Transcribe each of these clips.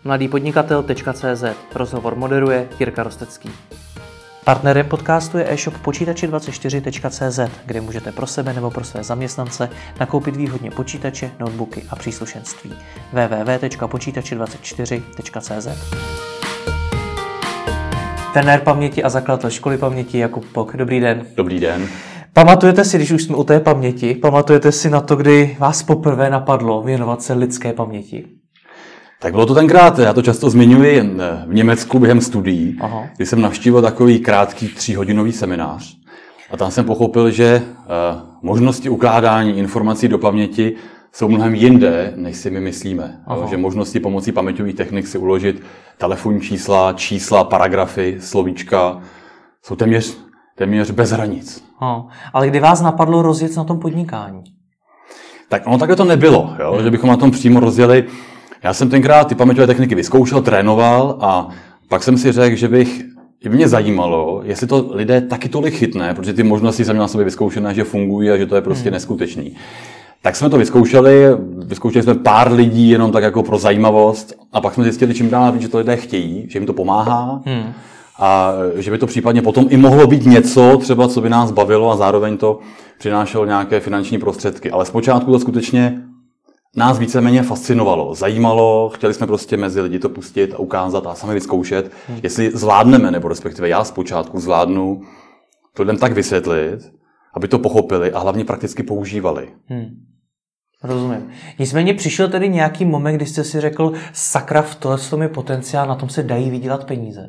mladýpodnikatel.cz. Rozhovor moderuje Jirka Rostecký. Partnerem podcastu je e-shop počítači24.cz, kde můžete pro sebe nebo pro své zaměstnance nakoupit výhodně počítače, notebooky a příslušenství. www.počítači24.cz. Trenér paměti a zakladatel školy paměti Jakub Pok. Dobrý den. Dobrý den. Pamatujete si, když už jsme u té paměti, pamatujete si na to, kdy vás poprvé napadlo věnovat se lidské paměti? Tak bylo to tenkrát, já to často zmiňuji, v Německu během studií, kdy jsem navštívil takový krátký 3hodinový seminář. A tam jsem pochopil, že možnosti ukládání informací do paměti jsou mnohem jinde, než si my myslíme. Že možnosti pomocí paměťových technik si uložit telefonní čísla, paragrafy, slovíčka jsou téměř bez hranic. Ale kdy vás napadlo rozjet na tom podnikání? Tak ono takhle to nebylo, že bychom na tom přímo rozjeli. Já jsem tenkrát ty paměťové techniky vyzkoušel, trénoval a pak jsem si řekl, že by mě zajímalo, jestli to lidé taky tolik chytne, protože ty možnosti jsem měl na sobě vyzkoušené, že fungují a že to je prostě neskutečný. Tak jsme to vyzkoušeli jsme pár lidí jenom tak jako pro zajímavost a pak jsme zjistili, čím dál víc, že to lidé chtějí, že jim to pomáhá a že by to případně potom i mohlo být něco, třeba co by nás bavilo a zároveň to přinášelo nějaké finanční prostředky. Ale zpočátku to skutečně nás víceméně fascinovalo, zajímalo, chtěli jsme prostě mezi lidi to pustit a ukázat a sami vyzkoušet, jestli zvládneme, nebo respektive já zpočátku zvládnu to lidem tak vysvětlit, aby to pochopili a hlavně prakticky používali. Rozumím. Nicméně přišel tedy nějaký moment, kdy jste si řekl, sakra, v tom je potenciál, na tom se dají vydělat peníze.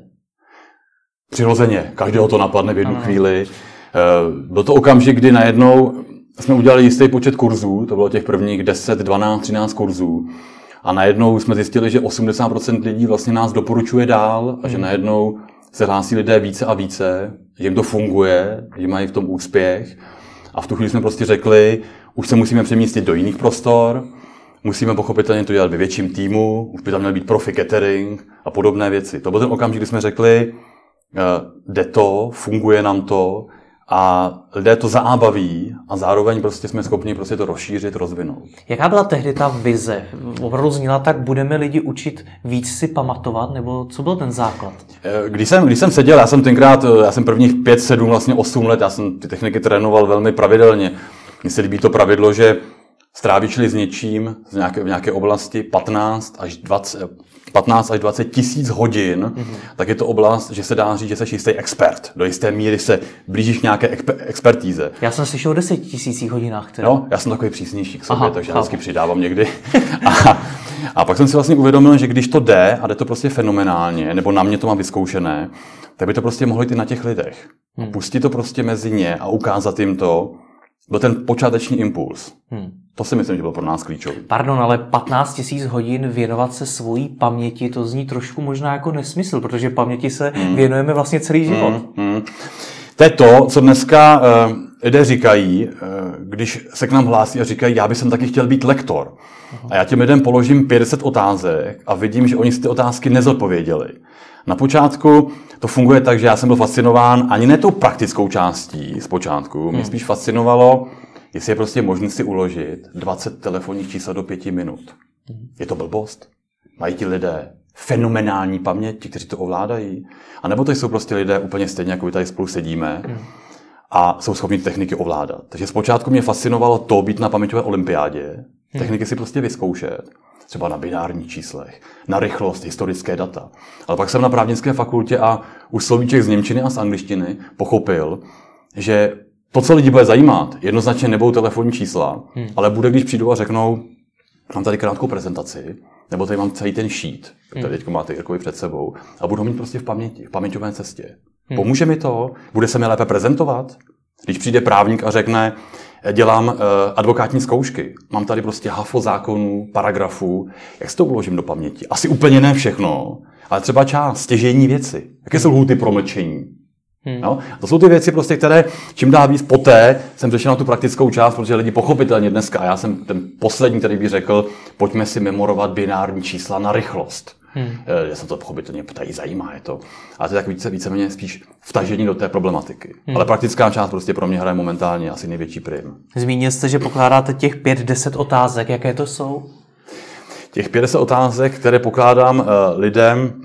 Přirozeně, každého to napadne v jednu chvíli. Byl to okamžik, kdy najednou jsme udělali jistý počet kurzů, to bylo těch prvních 10, 12, 13 kurzů. A najednou jsme zjistili, že 80% lidí vlastně nás doporučuje dál a že najednou se hlásí lidé více a více, že jim to funguje, že mají v tom úspěch. A v tu chvíli jsme prostě řekli, už se musíme přemístit do jiných prostor, musíme pochopitelně to dělat ve větším týmu, už by tam měl být profi catering a podobné věci. To byl ten okamžik, kdy jsme řekli, jde to, funguje nám to, a lidé to zábaví a zároveň prostě jsme schopni prostě to rozšířit, rozvinout. Jaká byla tehdy ta vize? Opravdu zněla tak, budeme lidi učit víc si pamatovat, nebo co byl ten základ? Když jsem seděl, já jsem prvních 5, 7, vlastně 8 let, já jsem ty techniky trénoval velmi pravidelně. Mně se líbí to pravidlo, že strávíš-li s něčím v nějaké oblasti 15 až 20 tisíc hodin, tak je to oblast, že se dá říct, že jsi jistý expert. Do jisté míry se blížíš k nějaké expertíze. Já jsem slyšel o 10 000 hodinách. Teda. No, já jsem takový přísnější k sobě, takže já vždycky přidávám někdy. A pak jsem si vlastně uvědomil, že když to jde, a jde to prostě fenomenálně, nebo na mě to mám vyzkoušené, tak by to prostě mohlo jít i na těch lidech. Pustit to prostě mezi ně a ukázat jim to, byl ten počáteční impuls. To si myslím, že bylo pro nás klíčový. Pardon, ale 15 000 hodin věnovat se svojí paměti, to zní trošku možná jako nesmysl, protože paměti se věnujeme vlastně celý život. To je to, co dneska lidé říkají, když se k nám hlásí a říkají, já bych taky chtěl být lektor. A já těm lidem položím 500 otázek a vidím, že oni si ty otázky nezodpověděli. Na počátku to funguje tak, že já jsem byl fascinován ani ne tou praktickou částí zpočátku. Mě spíš fascinovalo, jestli je prostě možné si uložit 20 telefonních čísel do 5 minut. Je to blbost? Mají ti lidé fenomenální paměť, ti, kteří to ovládají? A nebo to jsou prostě lidé úplně stejně, jako my tady spolu sedíme a jsou schopni techniky ovládat. Takže zpočátku mě fascinovalo to být na paměťové olympiádě, techniky si prostě vyzkoušet, třeba na binárních číslech, na rychlost, historické data. Ale pak jsem na právnické fakultě a už slovíček z němčiny a z angličtiny pochopil, že to, co lidi bude zajímat, jednoznačně nebudou telefonní čísla, ale bude, když přijdou a řeknou, mám tady krátkou prezentaci, nebo tady mám celý ten sheet, který teď máte Jirkovi před sebou, a budu ho mít prostě v paměti, v paměťové cestě. Pomůže mi to? Bude se mi lépe prezentovat? Když přijde právník a řekne, dělám advokátní zkoušky, mám tady prostě hafo zákonů, paragrafů, jak si to uložím do paměti? Asi úplně ne všechno, ale třeba část, stěžejní věci. Jaké jsou lhůty promlčení? No, to jsou ty věci, prostě, které čím dál víc poté jsem řešil na tu praktickou část, protože lidi pochopitelně dneska, a já jsem ten poslední, který by řekl, pojďme si memorovat binární čísla na rychlost. Já jsem to pochopitelně ptají, zajímá je to. Ale to je tak víceméně spíš vtažení do té problematiky. Ale praktická část prostě pro mě hraje momentálně asi největší prim. Zmínil jste, že pokládáte těch 5-10 otázek. Jaké to jsou? Těch 50 otázek, které pokládám lidem,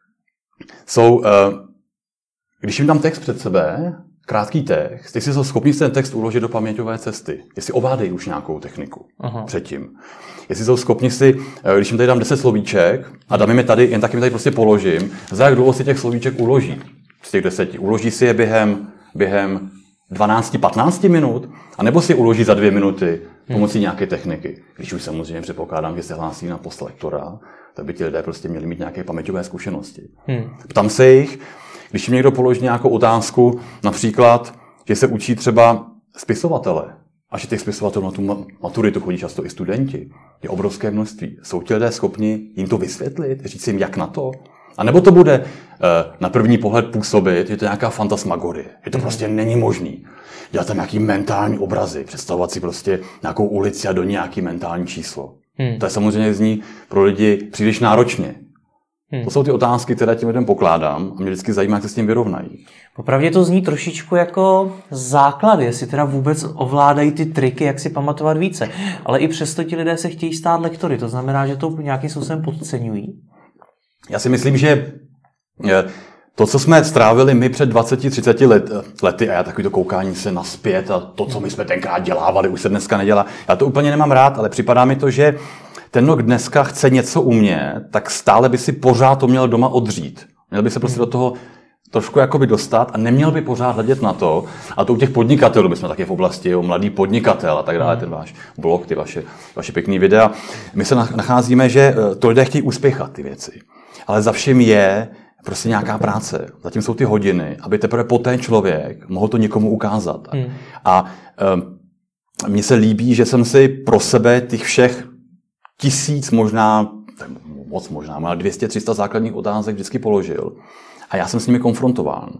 jsou, když jim dám text před sebe, krátký text, jestli jsou schopni ten text uložit do paměťové cesty, jestli ovládají už nějakou techniku předtím. Jestli jsou schopni si, když jim tady dám 10 slovíček a dám jim je tady, jen tak jim tady prostě položím, za jak dlouho si těch slovíček uloží z těch 10. Uloží si je během 12-15 minut, anebo si je uloží za 2 minuty pomocí nějaké techniky. Když už samozřejmě předpokládám, že se hlásí na post lektora, tak by ti lidé prostě měli mít nějaké paměťové zkušenosti. Ptám se jich, když jim někdo položí nějakou otázku, například, že se učí třeba spisovatele, a že těch spisovatelů na tu maturitu chodí často i studenti, je obrovské množství. Jsou ti lidé schopni jim to vysvětlit, říct jim, jak na to? A nebo to bude na první pohled působit, je to nějaká fantasmagorie, že to prostě není možný. Dělat tam nějaký mentální obrazy, představovat si prostě nějakou ulici a do nějaký mentální číslo. To je samozřejmě zní pro lidi příliš náročně. To jsou ty otázky, které těm lidem pokládám a mě vždycky zajímá, jak se s tím vyrovnají. Popravdě to zní trošičku jako základ, jestli teda vůbec ovládají ty triky, jak si pamatovat více. Ale i přesto ti lidé se chtějí stát lektory, to znamená, že to nějakým způsobem podceňují. Já si myslím, že to, co jsme strávili my před 20-30 lety, a já takový to koukání se naspět a to, co my jsme tenkrát dělávali, už se dneska nedělá, já to úplně nemám rád, ale připadá mi to, že ten, kdo dneska chce něco umět, tak stále by si pořád to měl doma odřít. Měl by se prostě do toho trošku jakoby dostat a neměl by pořád hledět na to. A to u těch podnikatelů, my jsme taky v oblasti mladý podnikatel a tak dále, ten váš blog, ty vaše pěkný videa. My se nacházíme, že to lidé chtějí uspěchat ty věci. Ale za vším je prostě nějaká práce. Zatím jsou ty hodiny, aby teprve poté člověk mohl to někomu ukázat. A mně se líbí, že jsem si pro sebe těch všech 1000 možná, možná 200-300 základních otázek vždycky položil. A já jsem s nimi konfrontován.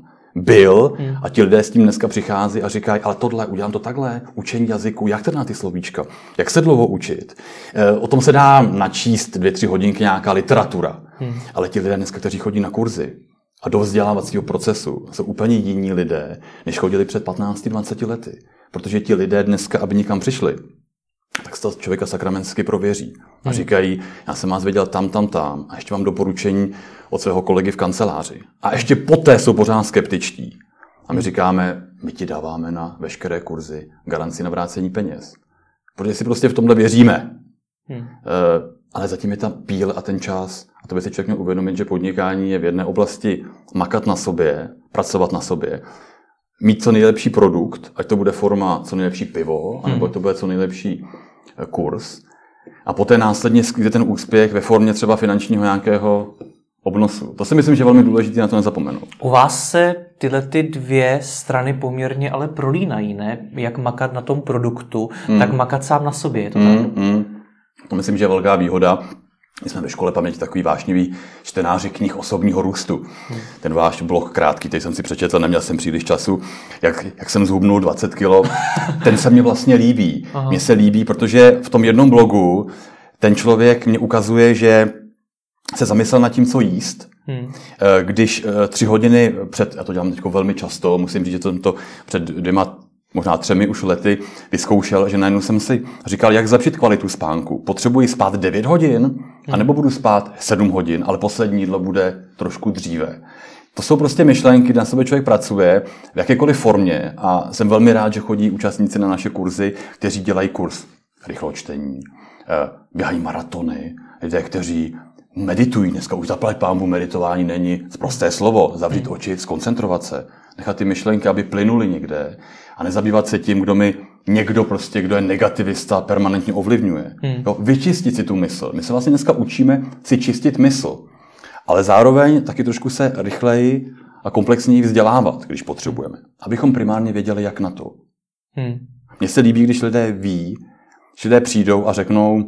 A ti lidé s tím dneska přichází a říkají, ale tohle, udělám to takhle, učení jazyku, jak teda ty slovíčka, jak se dlouho učit. O tom se dá načíst 2-3 hodinky nějaká literatura. Ale ti lidé dneska, kteří chodí na kurzy a do vzdělávacího procesu, jsou úplně jiní lidé, než chodili před 15-20 lety. Protože ti lidé dneska, aby nikam přišli, tak se to člověka sakramensky prověří. A říkají, já jsem vás viděl tam a ještě mám doporučení od svého kolegy v kanceláři. A ještě poté jsou pořád skeptičtí. A my říkáme, my ti dáváme na veškeré kurzy garanci na vrácení peněz. Protože si prostě v tomhle věříme. Ale zatím je ta píle a ten čas. A to by si člověk měl uvědomit, že podnikání je v jedné oblasti makat na sobě, pracovat na sobě, mít co nejlepší produkt, ať to bude forma co nejlepší pivo, anebo to bude co nejlepší kurz. A poté následně skryje ten úspěch ve formě třeba finančního nějakého obnosu. To si myslím, že je velmi důležité na to nezapomenout. U vás se tyhle ty dvě strany poměrně ale prolínají, ne? Jak makat na tom produktu, tak makat sám na sobě. Je to tak? To myslím, že je velká výhoda. My jsme ve škole paměti takový vášniví čtenáři knih osobního růstu. Ten váš blog krátký, který jsem si přečetl, neměl jsem příliš času, jak jsem zhubnul 20 kilo, ten se mně vlastně líbí. Mně se líbí, protože v tom jednom blogu ten člověk mě ukazuje, že se zamyslel nad tím, co jíst. Když 3 hodiny před, já to dělám teď velmi často, musím říct, že jsem to před 2, možná 3 už lety vyzkoušel, že najednou jsem si říkal, jak zlepšit kvalitu spánku. Potřebuji spát 9 hodin, anebo budu spát 7 hodin, ale poslední jídlo bude trošku dříve. To jsou prostě myšlenky, na sebe člověk pracuje v jakékoliv formě a jsem velmi rád, že chodí účastníci na naše kurzy, kteří dělají kurz rychločtení, běhají maratony, lidé, kteří meditují. Dneska už zaplať pánbůh meditování není prosté slovo, zavřít oči, zkoncentrovat se, nechat ty myšlenky, aby plynuly někde a nezabývat se tím, kdo je negativista, permanentně ovlivňuje. Vyčistit si tu mysl. My se vlastně dneska učíme si čistit mysl, ale zároveň taky trošku se rychleji a komplexněji vzdělávat, když potřebujeme, abychom primárně věděli, jak na to. Mně se líbí, když lidé přijdou a řeknou,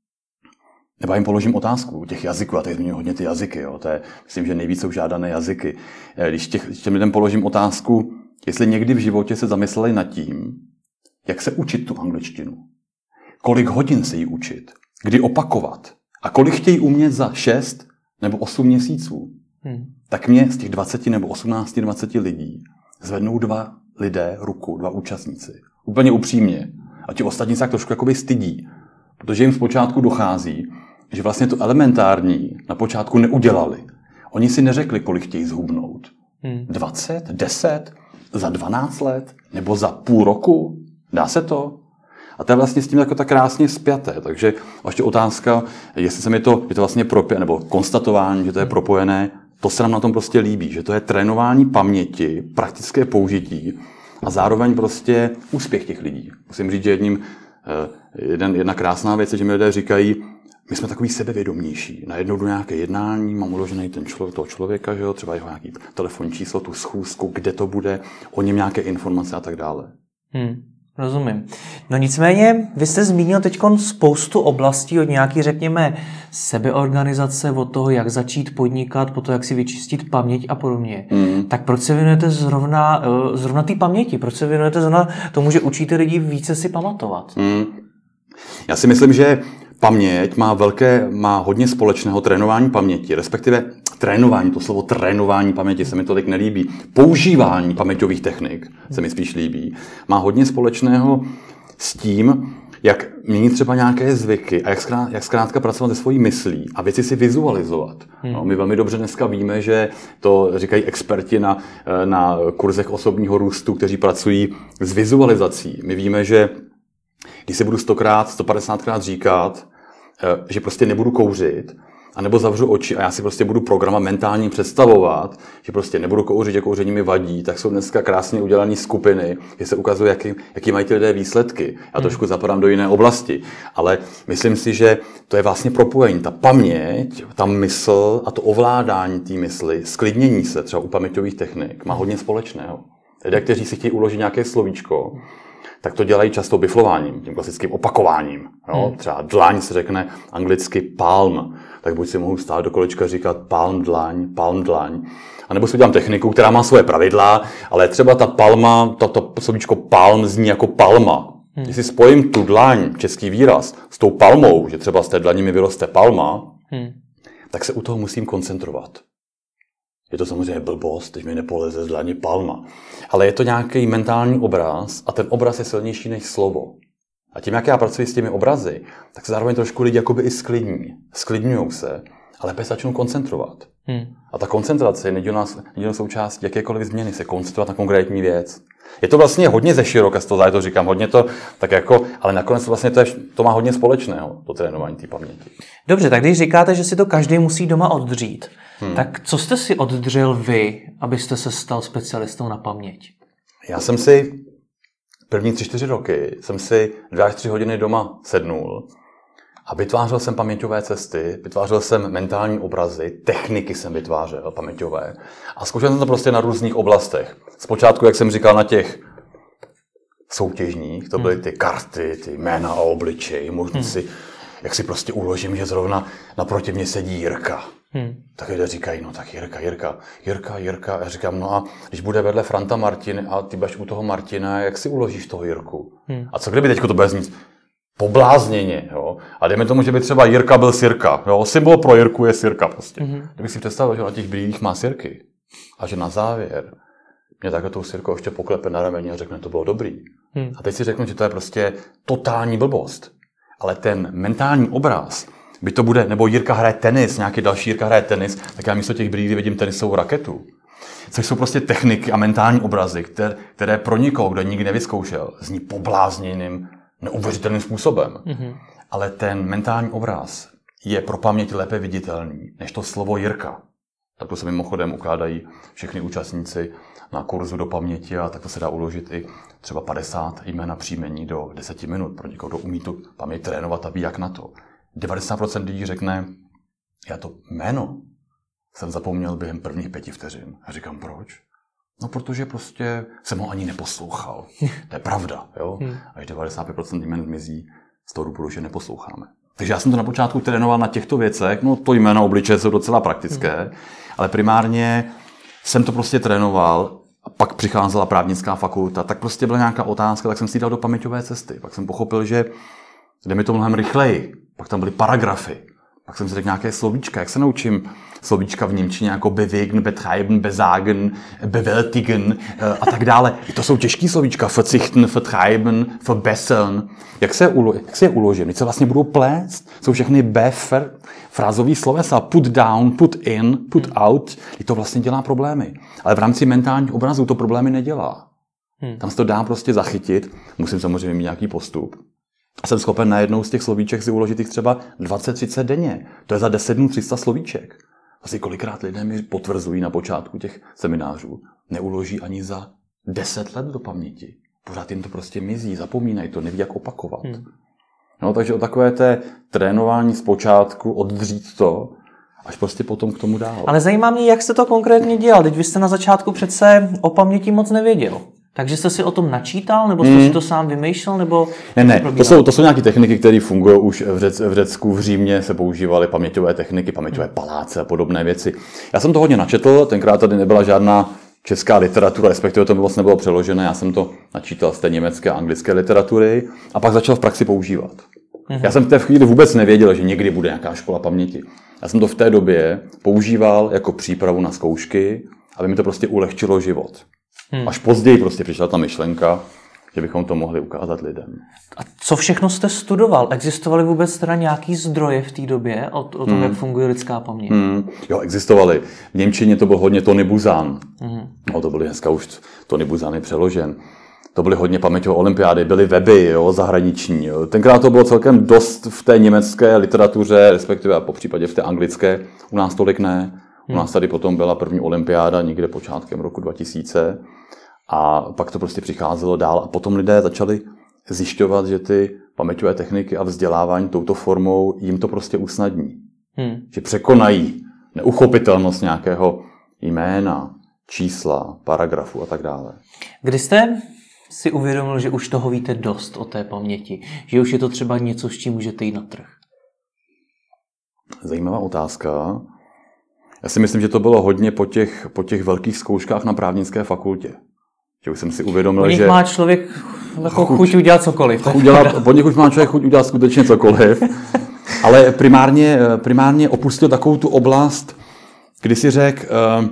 nebo jim položím otázku těch jazyků, a teď zmiňuji hodně ty jazyky, jo. To je, myslím, že nejvíc jsou žádané jazyky. Když těm lidem položím otázku, jestli někdy v životě se zamysleli nad tím, jak se učit tu angličtinu, kolik hodin se ji učit, kdy opakovat a kolik chtějí umět za 6 nebo 8 měsíců, tak mě z těch 20 nebo 18-20 lidí zvednou 2 lidé ruku, 2 účastníci. Úplně upřímně. A ti ostatní se tak trošku jakoby stydí, protože jim zpočátku dochází, že vlastně to elementární na počátku neudělali. Oni si neřekli, kolik chtějí zhubnout. 20, 10, za 12 let, nebo za půl roku? Dá se to? A to je vlastně s tím jako tak krásně spjaté. Takže ještě otázka, jestli se mi to, je to vlastně nebo konstatování, že to je propojené, to se nám na tom prostě líbí, že to je trénování paměti, praktické použití a zároveň prostě úspěch těch lidí. Musím říct, že jedna krásná věc je, že mi lidé říkají, my jsme takový sebevědomější. Najednou do nějaké jednání, mám uložený toho člověka, že jo, třeba jeho nějaký telefonní číslo, tu schůzku, kde to bude, o něm nějaké informace a tak dále. Rozumím. No nicméně, vy jste zmínil teď spoustu oblastí od nějaký, řekněme, sebeorganizace, od toho, jak začít podnikat, po to, jak si vyčistit paměť a podobně. Tak proč se věnujete zrovna té paměti? Proč se věnujete zrovna tomu, že učíte lidi více si pamatovat? Já si myslím, že paměť má hodně společného trénování paměti, respektive trénování, to slovo trénování paměti se mi tolik nelíbí. Používání paměťových technik se mi spíš líbí. Má hodně společného s tím, jak měnit třeba nějaké zvyky a jak zkrátka pracovat se svojí myslí a věci si vizualizovat. No, my velmi dobře dneska víme, že to říkají experti na kurzech osobního růstu, kteří pracují s vizualizací. My víme, že když si budu 100krát, 150krát říkat, že prostě nebudu kouřit, anebo zavřu oči a já si prostě budu programa mentálně představovat, že prostě nebudu kouřit, že kouření mi vadí, tak jsou dneska krásně udělané skupiny, kde se ukazuje, jaký mají ty lidé výsledky. Já trošku zapadám do jiné oblasti, ale myslím si, že to je vlastně propojení. Ta paměť, ta mysl a to ovládání té mysli, sklidnění se třeba u paměťových technik má hodně společného. Lidé, kteří si chtějí uložit nějaké slovíčko, tak to dělají často biflováním, tím klasickým opakováním. Jo? Třeba dlaň se řekne anglicky palm, tak buď si mohu stát do kolečka říkat palm dlaň. A nebo si udělám techniku, která má svoje pravidla, ale třeba ta palma, to slovíčko palm zní jako palma. Když si spojím tu dlaň, český výraz, s tou palmou, že třeba z té dlaní mi vyroste palma, tak se u toho musím koncentrovat. Je to samozřejmě blbost, když mi nepoleze z dlaně palma. Ale je to nějaký mentální obraz a ten obraz je silnější než slovo. A tím, jak já pracuji s těmi obrazy, tak se zároveň trošku lidi jakoby i sklidní. Sklidňujou se, ale lépe začnou koncentrovat. A ta koncentrace je nedílnou součástí jakékoliv změny, se koncentrovat na konkrétní věc. Je to vlastně hodně ze široka, z toho to říkám, hodně to, tak jako, ale nakonec vlastně to má hodně společného, to trénování té paměti. Dobře, tak když říkáte, že si to každý musí doma oddřít, tak co jste si oddřel vy, abyste se stal specialistou na paměť? Já jsem si první 3-4 roky jsem si 2 až 3 hodiny doma sednul a vytvářel jsem paměťové cesty, vytvářel jsem mentální obrazy, techniky jsem vytvářel paměťové a zkoušel jsem to prostě na různých oblastech. Zpočátku, jak jsem říkal, na těch soutěžních, to byly ty karty, ty jména a obličej, možná si, jak si prostě uložím, že zrovna naproti mě sedí Jirka. Tak lidé říkají, no tak Jirka. Já říkám, no a když bude vedle Franta Martin a ty budeš u toho Martina, jak si uložíš toho Jirku? A co kdyby teďko to bude znít poblázněně, jo? A dejme tomu, že by třeba Jirka byl Sirka, jo? Symbol pro Jirku je Sirka prostě. Kdybych si představil, že na těch brýlích má Sirky a že na závěr mě takhle tou Sirkou ještě poklepe na rameni a řekne, to bylo dobrý. A teď si řeknu, že to je prostě totální blbost. Ale ten mentální obraz, by to bude, nebo Jirka hraje tenis, nějaký další Jirka hraje tenis, tak já místo těch brýlí vidím tenisovou raketu. Což jsou prostě techniky a mentální obrazy, které pro nikoho, kdo nikdy nevyzkoušel, zní poblázněným, neuvěřitelným způsobem. Ale ten mentální obraz je pro paměť lépe viditelný, než to slovo Jirka. Tak to se mimochodem ukládají všechny účastníci na kurzu do paměti a tak to se dá uložit i třeba 50 jmen a příjmení do 10 minut pro někoho, kdo umí tu paměť trénovat a ví jak na to. 90% lidí řekne, já to jméno jsem zapomněl během prvních 5 vteřin. A říkám, proč? No, protože prostě jsem ho ani neposlouchal. To je pravda, jo? Až 95% jmen zmizí z toho důvodu, že neposloucháme. Takže já jsem to na počátku trénoval na těchto věcech, no to jméno obličeje jsou docela praktické, ale primárně jsem to prostě trénoval a pak přicházela právnická fakulta, tak prostě byla nějaká otázka, tak jsem si dal do paměťové cesty. Pak jsem pochopil, že jde mi to mnohem rychleji. Pak tam byly paragrafy. Pak jsem si řekl nějaké slovíčka, jak se naučím slovíčka v němčině jako bewegen, betreiben, besagen, bewältigen a tak dále. I to jsou těžký slovíčka. Verzichten, vertreiben, verbessern. Jak se je uložím? Teď se vlastně budou plést. Jsou všechny frázový slovesa. Put down, put in, put out. I to vlastně dělá problémy. Ale v rámci mentálních obrazů to problémy nedělá. Tam se to dá prostě zachytit. Musím samozřejmě mít nějaký postup. A jsem schopen na jednou z těch slovíček si uložit jich třeba 20-30 denně. To je za 10 dnů 300 slovíček. Asi kolikrát lidé mi potvrzují na počátku těch seminářů. Neuloží ani za 10 let do paměti. Pořád jim to prostě mizí, zapomínají to, neví, jak opakovat. No, takže o takové té trénování zpočátku, oddřít to, až prostě potom k tomu dál. Ale zajímá mě, jak jste to konkrétně dělal. Teď vy jste na začátku přece o paměti moc nevěděl. Takže jste si o tom načítal, nebo jste si to sám vymýšlel, nebo... Ne, to jsou nějaké techniky, které fungují už v Řecku, v Římě se používaly paměťové techniky, paměťové paláce a podobné věci. Já jsem to hodně načetl, tenkrát tady nebyla žádná česká literatura, respektive to moc nebylo přeložené, já jsem to načítal z té německé a anglické literatury a pak začal v praxi používat. Já jsem v té chvíli vůbec nevěděl, že někdy bude nějaká škola paměti. Já jsem to v té době používal jako přípravu na zkoušky, aby mi to prostě ulehčilo život. Až později prostě přišla ta myšlenka, že bychom to mohli ukázat lidem. A co všechno jste studoval? Existovaly vůbec teda nějaký zdroje v té době o tom, jak funguje lidská paměť? Jo, existovaly. V němčině to byl hodně Tony Buzan. No, to byly dneska už Tony Buzan je přeložen. To byly hodně paměťové olympiády, byly weby, jo, zahraniční. Jo. Tenkrát to bylo celkem dost v té německé literatuře, respektive popřípadě v té anglické. U nás tolik ne. U nás tady potom byla první olympiáda někde počátkem roku 2000 a pak to prostě přicházelo dál a potom lidé začali zjišťovat, že ty paměťové techniky a vzdělávání touto formou jim to prostě usnadní. Že překonají neuchopitelnost nějakého jména, čísla, paragrafu a tak dále. Kdy jste si uvědomil, že už toho víte dost o té paměti? Že už je to třeba něco, s čím můžete jít na trh? Zajímavá otázka. Já si myslím, že to bylo hodně po těch velkých zkouškách na právnické fakultě. Že už jsem si uvědomil, že... má člověk chuť udělat cokoliv. Po nich už má člověk chuť udělat skutečně cokoliv. Ale primárně opustil takovou tu oblast, kdy si řekl,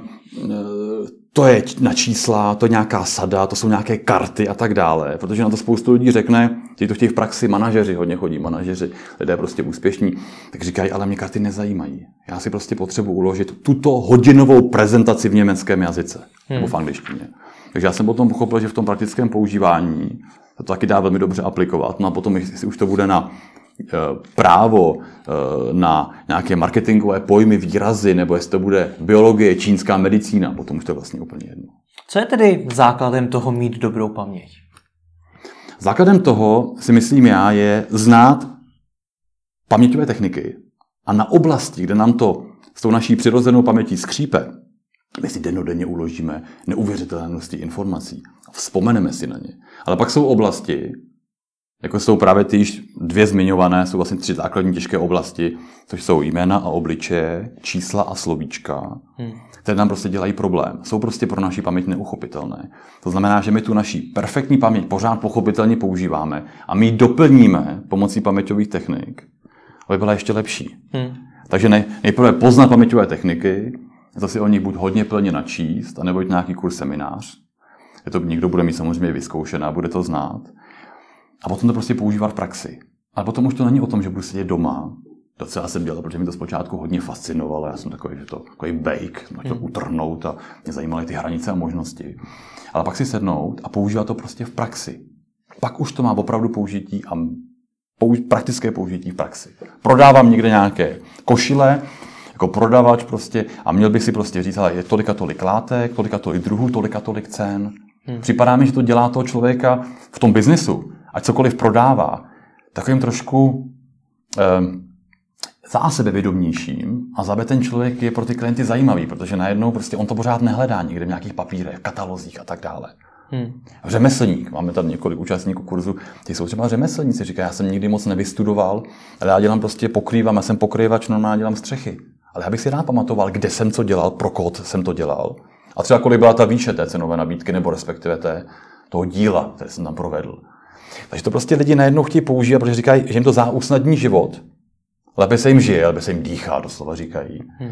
to je na čísla, to je nějaká sada, to jsou nějaké karty a tak dále. Protože na to spoustu lidí řekne, že to chtějí v praxi manažeři, hodně chodí manažeři, lidé prostě úspěšní, tak říkají, ale mě karty nezajímají. Já si prostě potřebuji uložit tuto hodinovou prezentaci v německém jazyce nebo v angličtině. Takže já jsem potom pochopil, že v tom praktickém používání to taky dá velmi dobře aplikovat. No a potom, jestli už to bude na právo, na nějaké marketingové pojmy, výrazy, nebo jestli to bude biologie, čínská medicína, potom už to je vlastně úplně jedno. Co je tedy základem toho mít dobrou paměť? Základem toho, si myslím já, je znát paměťové techniky a na oblasti, kde nám to s tou naší přirozenou pamětí skřípe, my si dennodenně uložíme neuvěřitelné množství informací a vzpomeneme si na ně. Ale pak jsou oblasti, jako jsou právě ty již dvě zmiňované, jsou vlastně 3 základní těžké oblasti, což jsou jména a obličeje, čísla a slovíčka, které nám prostě dělají problém. Jsou prostě pro naši paměť neuchopitelné. To znamená, že my tu naši perfektní paměť pořád pochopitelně používáme a my ji doplníme pomocí paměťových technik, aby byla ještě lepší. Takže nejprve poznat paměťové techniky, to si o nich buď hodně plně načíst, anebo jít nějaký kurz seminář. Je to někdo bude mít samozřejmě vyzkoušené a bude to znát. A potom to prostě používat v praxi. Ale potom už to není o tom, že budu sedět doma. To, co já jsem dělal, protože mi to zpočátku hodně fascinovalo. Já jsem takový bake, to utrhnout a mě zajímaly ty hranice a možnosti. Ale pak si sednout a používat to prostě v praxi. Pak už to má opravdu použití a praktické použití v praxi. Prodávám někde nějaké košile, jako prodavač prostě, a měl bych si prostě říct, ale je tolika tolik látek, tolika tolik druhů, tolika tolik cen. Připadá mi, že to dělá toho člověka v tom biznisu, ať cokoliv prodává, takovým trošku za sebevědomějším a za ten člověk je pro ty klienty zajímavý, protože najednou prostě on to pořád nehledá někde v nějakých papírech, katalozích a tak dále. Řemeslník, máme tady několik účastníků kurzu, ty jsou třeba řemeslníci, říkají, já jsem nikdy moc nevystudoval, ale já dělám prostě pokrývám, já jsem pokrývač, normálně dělám střechy. Ale já bych si rád pamatoval, kde jsem co dělal, pro koho jsem to dělal. A třeba kolik byla ta výše té cenové nabídky, nebo respektive toho díla, které jsem tam provedl. Takže to prostě lidi najednou chtějí používat, protože říkají, že jim to usnadní život, lépe se jim žije, lépe se jim dýchá, doslova říkají.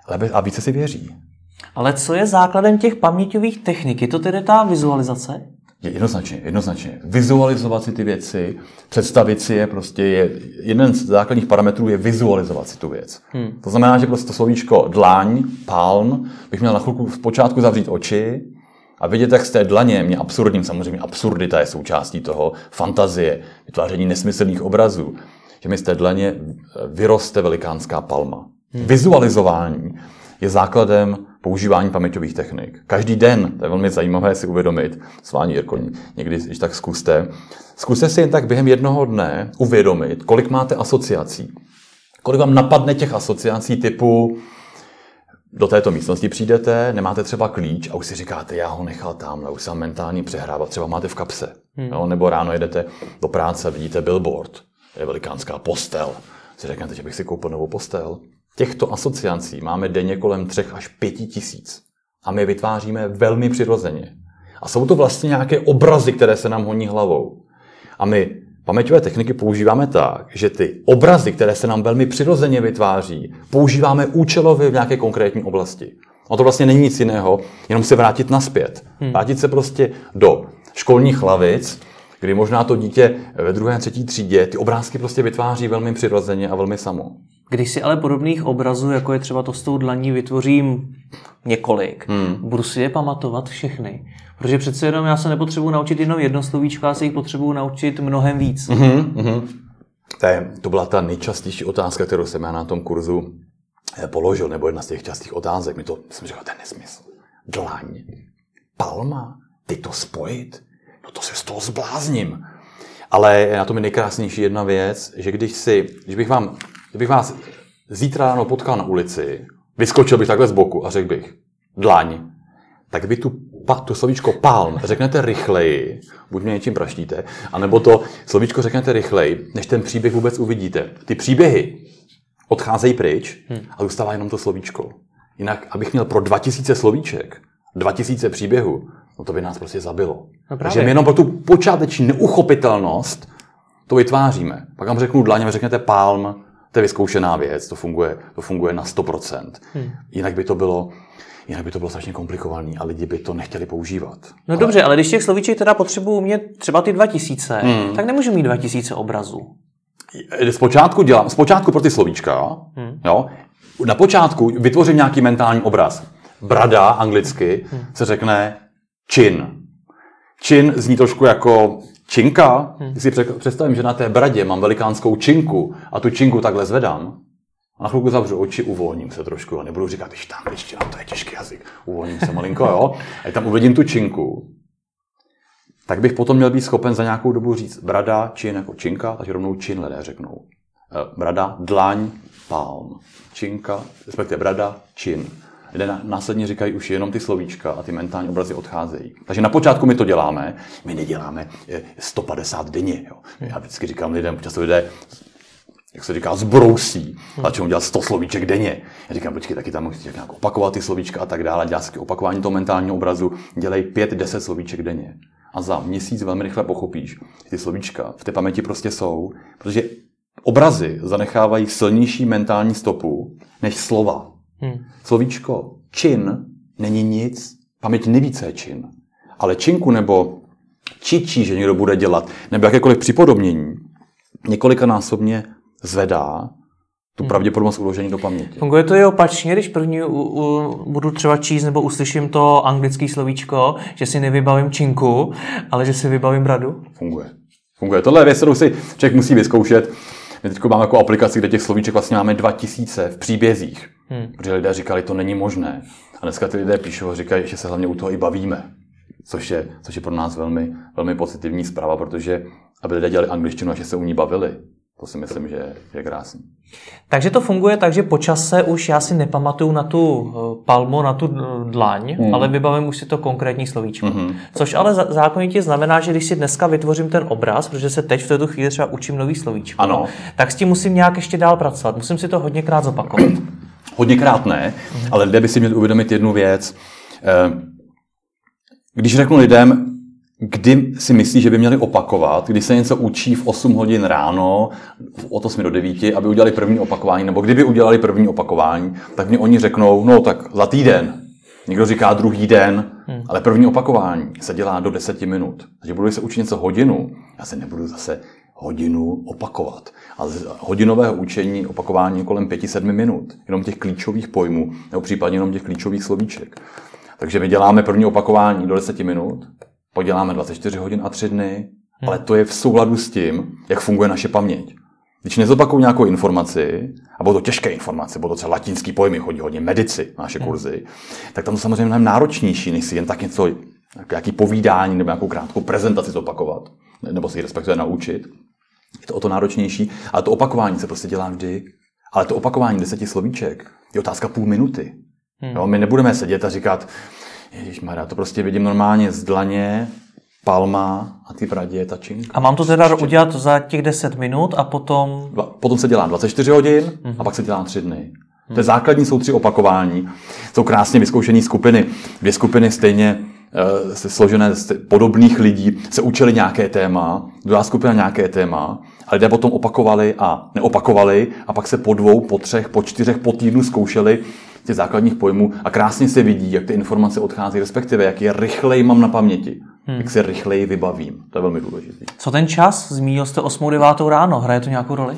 a více si věří. Ale co je základem těch paměťových technik? Je to tedy ta vizualizace? Jednoznačně. Vizualizovat si ty věci, představit si je prostě jeden z základních parametrů je vizualizovat si tu věc. To znamená, že prostě to slovíčko dlaň, palm, bych měl na chvilku v počátku zavřít oči a vidět, jak z té dlaně mě absurdním, samozřejmě absurdita je součástí toho, fantazie, vytváření nesmyslných obrazů, že mi z té dlaně vyroste velikánská palma. Vizualizování je základem používání paměťových technik. Každý den, to je velmi zajímavé si uvědomit, svání Jirko, někdy, když tak zkuste si jen tak během jednoho dne uvědomit, kolik máte asociací. Kolik vám napadne těch asociací typu, do této místnosti přijdete, nemáte třeba klíč a už si říkáte, já ho nechal tamhle, už jsem mentální přehrávat, třeba máte v kapse. Jo? Nebo ráno jedete do práce, vidíte billboard, je velikánská postel. Si řeknete, že bych si koupil novou postel. Těchto asociací máme denně kolem 3 až 5 tisíc. A my je vytváříme velmi přirozeně. A jsou to vlastně nějaké obrazy, které se nám honí hlavou. A my paměťové techniky používáme tak, že ty obrazy, které se nám velmi přirozeně vytváří, používáme účelově v nějaké konkrétní oblasti. A to vlastně není nic jiného, jenom se vrátit nazpět. Vrátit se prostě do školních lavic, kdy možná to dítě ve 2. a 3. třídě ty obrázky prostě vytváří velmi přirozeně a velmi samo. Když si ale podobných obrazů, jako je třeba to s tou dlaní, vytvořím několik, budu si je pamatovat všechny. Protože přece jenom já se nepotřebuji naučit jenom jedno slovíčko, já se jich potřebuji naučit mnohem víc. To byla ta nejčastější otázka, kterou jsem já na tom kurzu položil, nebo jedna z těch častých otázek. Jsem říkal, to je nesmysl. Dlaň, palma, ty to spojit? No to se z toho zblázním. Ale na tom je nejkrásnější jedna věc, že kdybych vás zítra ráno potkal na ulici, vyskočil bych takhle z boku a řekl bych dlaň, tak vy tu slovíčko palm řeknete rychleji, buď mě něčím praštíte, anebo to slovíčko řeknete rychleji, než ten příběh vůbec uvidíte. Ty příběhy odcházejí pryč a zůstává jenom to slovíčko. Jinak, abych měl pro 2000 slovíček, 2000 příběhů, no to by nás prostě zabilo. No takže my jenom pro tu počáteční neuchopitelnost to vytváříme. Pak vám řeknu dlaň, vy řeknete palm, to je vyzkoušená věc, to funguje na 100%. Jinak by to bylo strašně komplikovaný a lidi by to nechtěli používat. No dobře, ale když těch slovíček teda potřebuji umět třeba ty 2000, tak nemůžu mít 2000 obrazů. Zpočátku pro ty slovíčka, jo, na počátku vytvořím nějaký mentální obraz. Brada anglicky se řekne chin. Chin zní trošku jako činka. Když si představím, že na té bradě mám velikánskou činku a tu činku takhle zvedám a na chvilku zavřu oči, uvolním se trošku a nebudu říkat, když tam angličtina, to je těžký jazyk, uvolním se malinko, jo. A tam uvidím tu činku, tak bych potom měl být schopen za nějakou dobu říct brada, chin jako činka, takže rovnou chin lidé řeknou. Brada, dlaň, palm. Činka, respektive brada, chin. Lidé následně říkají už jenom ty slovíčka a ty mentální obrazy odcházejí. Takže na počátku my to děláme, my neděláme 150 denně. Jo. Já vždycky říkám lidem, často lidé, jak se říká, zbrousí, začnou dělat 100 slovíček denně. Já říkám, počkej, taky tam musíte nějak opakovat ty slovíčka a tak dále, dělat si opakování toho mentálního obrazu, dělej 5-10 slovíček denně. A za měsíc velmi rychle pochopíš, že ty slovíčka v té paměti prostě jsou, protože obrazy zanechávají silnější mentální stopu než slova. Slovíčko čin není nic, paměť neví, co je čin. Ale činku nebo čičí, že někdo bude dělat, nebo jakékoliv připodobnění, několikanásobně zvedá tu pravděpodobnost uložení do paměti. Funguje to i opačně, když první budu třeba číst nebo uslyším to anglické slovíčko, že si nevybavím činku, ale že si vybavím bradu? Funguje. Tohle je věc, kterou si člověk musí vyzkoušet. My teď máme jako aplikaci, kde těch slovíček vlastně máme 2000 v příbězích. Protože lidé říkali, to není možné. A dneska ty lidé píšou a říkají, že se hlavně u toho i bavíme. Což je pro nás velmi, velmi pozitivní zpráva, protože aby lidé dělali angličtinu a že se u ní bavili, to si myslím, že je krásný. Takže to funguje tak, že po čase už já si nepamatuju na tu palmu, na tu dlaň, ale vybavím už si to konkrétní slovíčko. Což ale zákonitě znamená, že když si dneska vytvořím ten obraz, protože se teď v této chvíli třeba učím nový slovíčko, ano, tak s tím musím nějak ještě dál pracovat. Musím si to hodněkrát zopakovat. Hodněkrát ne, ale lidé by si měli uvědomit jednu věc. Když řeknu lidem, kdy si myslí, že by měli opakovat, když se něco učí v 8 hodin ráno, od 8 do 9, aby udělali první opakování, nebo kdyby udělali první opakování, tak mě oni řeknou, no tak za týden. Někdo říká druhý den, ale první opakování se dělá do 10 minut. Takže budu se učit něco hodinu, já se nebudu zase hodinu opakovat. A z hodinového učení opakování je kolem 5-7 minut. Jenom těch klíčových pojmů, nebo případně jenom těch klíčových slovíček. Takže my děláme první opakování do 10 minut, poděláme 24 hodin a 3 dny, ale to je v souladu s tím, jak funguje naše paměť. Když nezopakuju nějakou informaci, a budou to těžké informace, budou to třeba latinský pojmy, chodí hodně medici na naše kurzy, tak tam to samozřejmě mnohem náročnější, než si jen tak něco, nějaký povídání nebo nějakou krátkou prezentaci zopakovat, nebo si ji respektive naučit. Je to o to náročnější, ale to opakování se prostě dělá vždy. Ale to opakování 10 slovíček je otázka půl minuty. Jo, my nebudeme sedět a říkat, ježišmarja, to prostě vidím normálně z dlaně, palma a ty v radě je tačinka. A mám to teda udělat za těch 10 minut a potom... Potom se dělá 24 hodin a pak se dělá 3 dny. To je základní, jsou 3 opakování. Jsou krásně vyzkoušené skupiny. 2 skupiny stejně složené z podobných lidí se učili nějaké téma, druhá skupina nějaké téma, a lidé potom opakovali a neopakovali a pak se po 2, po 3, po 4, po týdnu zkoušeli těch základních pojmů a krásně se vidí, jak ty informace odchází, respektive jak je rychleji mám na paměti, jak se rychleji vybavím. To je velmi důležité. Co ten čas? Zmínil jste 8-9 ráno. Hraje to nějakou roli?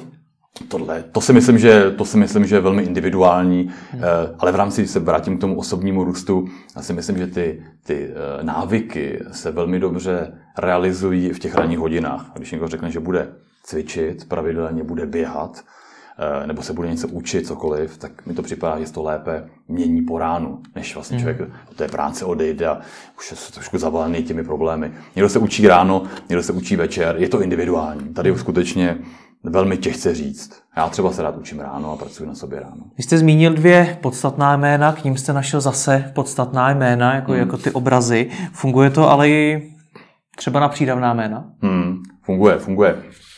To si myslím, že je velmi individuální, ale v rámci, když se vrátím k tomu osobnímu růstu, já si myslím, že ty návyky se velmi dobře realizují v těch ranních hodinách. Když někdo řekne, že bude cvičit, pravidelně bude běhat, nebo se bude něco učit, cokoliv, tak mi to připadá, že se to lépe mění po ránu, než vlastně člověk do té práce odejde a už je trošku zavalený těmi problémy. Někdo se učí ráno, někdo se učí večer, je to individuální. Tady skutečně velmi těžce říct. Já třeba se rád učím ráno a pracuji na sobě ráno. Vy jste zmínil 2 podstatná jména, k ním jste našel zase podstatná jména, jako ty obrazy. Funguje to ale i třeba na přídavná jména? Funguje.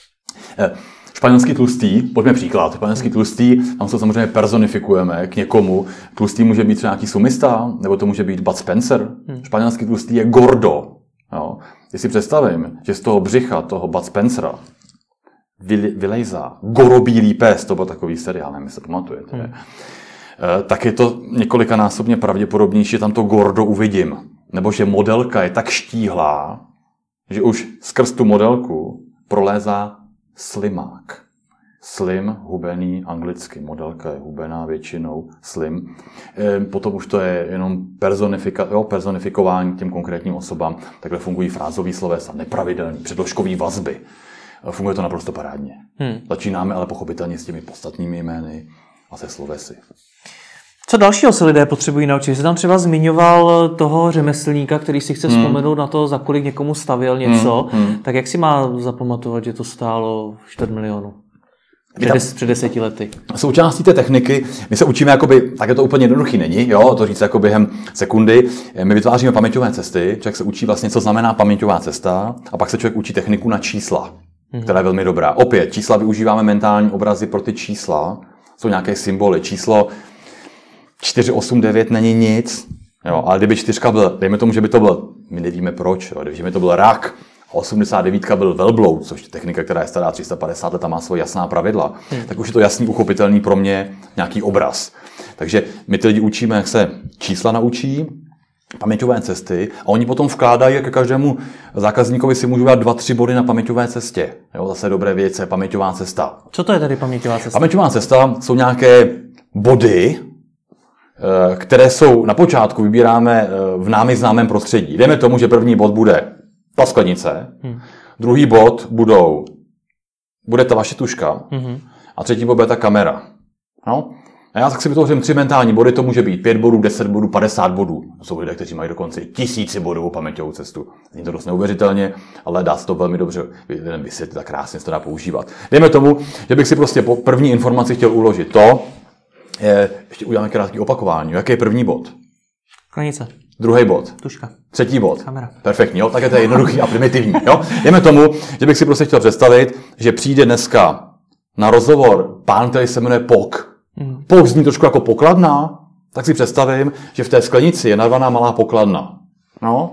Španělský tlustý, pojďme příklad. Španělský tlustý, tam se samozřejmě personifikujeme k někomu. Tlustý může být třeba nějaký sumista, nebo to může být Bud Spencer. Španělský tlustý je gordo. Jo. Když si představím, že z toho břicha, toho Bud Spencera, vylejzá gorobílý pes, to byl takový seriál, nevím, jestli pamatujete, tak je to několikanásobně pravděpodobnější, že tam to gordo uvidím. Nebo že modelka je tak štíhlá, že už skrz tu modelku prolézá slimák. Slim, hubený, anglicky. Modelka je hubená většinou, slim. Potom už to je jenom personifikování těm konkrétním osobám. Takhle fungují frázový slovesa, nepravidelný, předložkový vazby. Funguje to naprosto parádně. Začínáme ale pochopitelně s těmi podstatnými jmény a se slovesy. Co dalšího se lidé potřebují naučit? Jste tam třeba zmiňoval toho řemeslníka, který si chce vzpomenout na to, za kolik někomu stavěl něco. Tak jak si má zapamatovat, že to stálo 4 milionů? Před 10 lety. Součástí té techniky, my se učíme, tak je to úplně jednoduchý není, jo, to říct jako během sekundy. My vytváříme paměťové cesty, člověk se učí vlastně, co znamená paměťová cesta, a pak se člověk učí techniku na čísla, která je velmi dobrá. Opět, čísla využíváme mentální obrazy pro ty čísla, jsou nějaké symboly. Číslo 489 není nic, jo, ale kdyby 4 byl, dejme tomu, že by to byl, my nevíme proč, jo, kdyby to byl rak, 89 byl velbloud, což je technika, která je stará 350 let a má svoje jasná pravidla, tak už je to jasný, uchopitelný pro mě nějaký obraz. Takže my ty lidi učíme, jak se čísla naučí, paměťové cesty, a oni potom vkládají, jak každému zákazníkovi si můžu dát 2-3 body na paměťové cestě. Jo, zase dobré věci, paměťová cesta. Co to je tedy paměťová cesta? Paměťová cesta jsou nějaké body, které jsou na počátku vybíráme v námi známém prostředí. Dejme tomu, že první bod bude ta sklenice, druhý bod bude ta vaše tuška a třetí bod bude ta kamera. No? A já tak si vytvořím 3 mentální body, to může být 5 bodů, 10 bodů, 50 bodů. To jsou lidé, kteří mají dokonce 1000 bodovou paměťovou cestu. Zní to dost neuvěřitelně, ale dá se to velmi dobře vysvětlit a krásně se to dá používat. Dejme tomu, že bych si prostě po první informaci chtěl uložit to, ještě uděláme krátké opakování. Jaký je první bod? Sklenice. Druhý bod. Tuška. Třetí bod. Kamera. Perfektní, jo? Tak je to jednoduchý a primitivní. Jo? Dejme tomu, že bych si prostě chtěl představit, že přijde dneska na rozhovor pán, který se jmenuje Pok. Pok zní trošku jako pokladna, tak si představím, že v té sklenici je narvaná malá pokladna. No?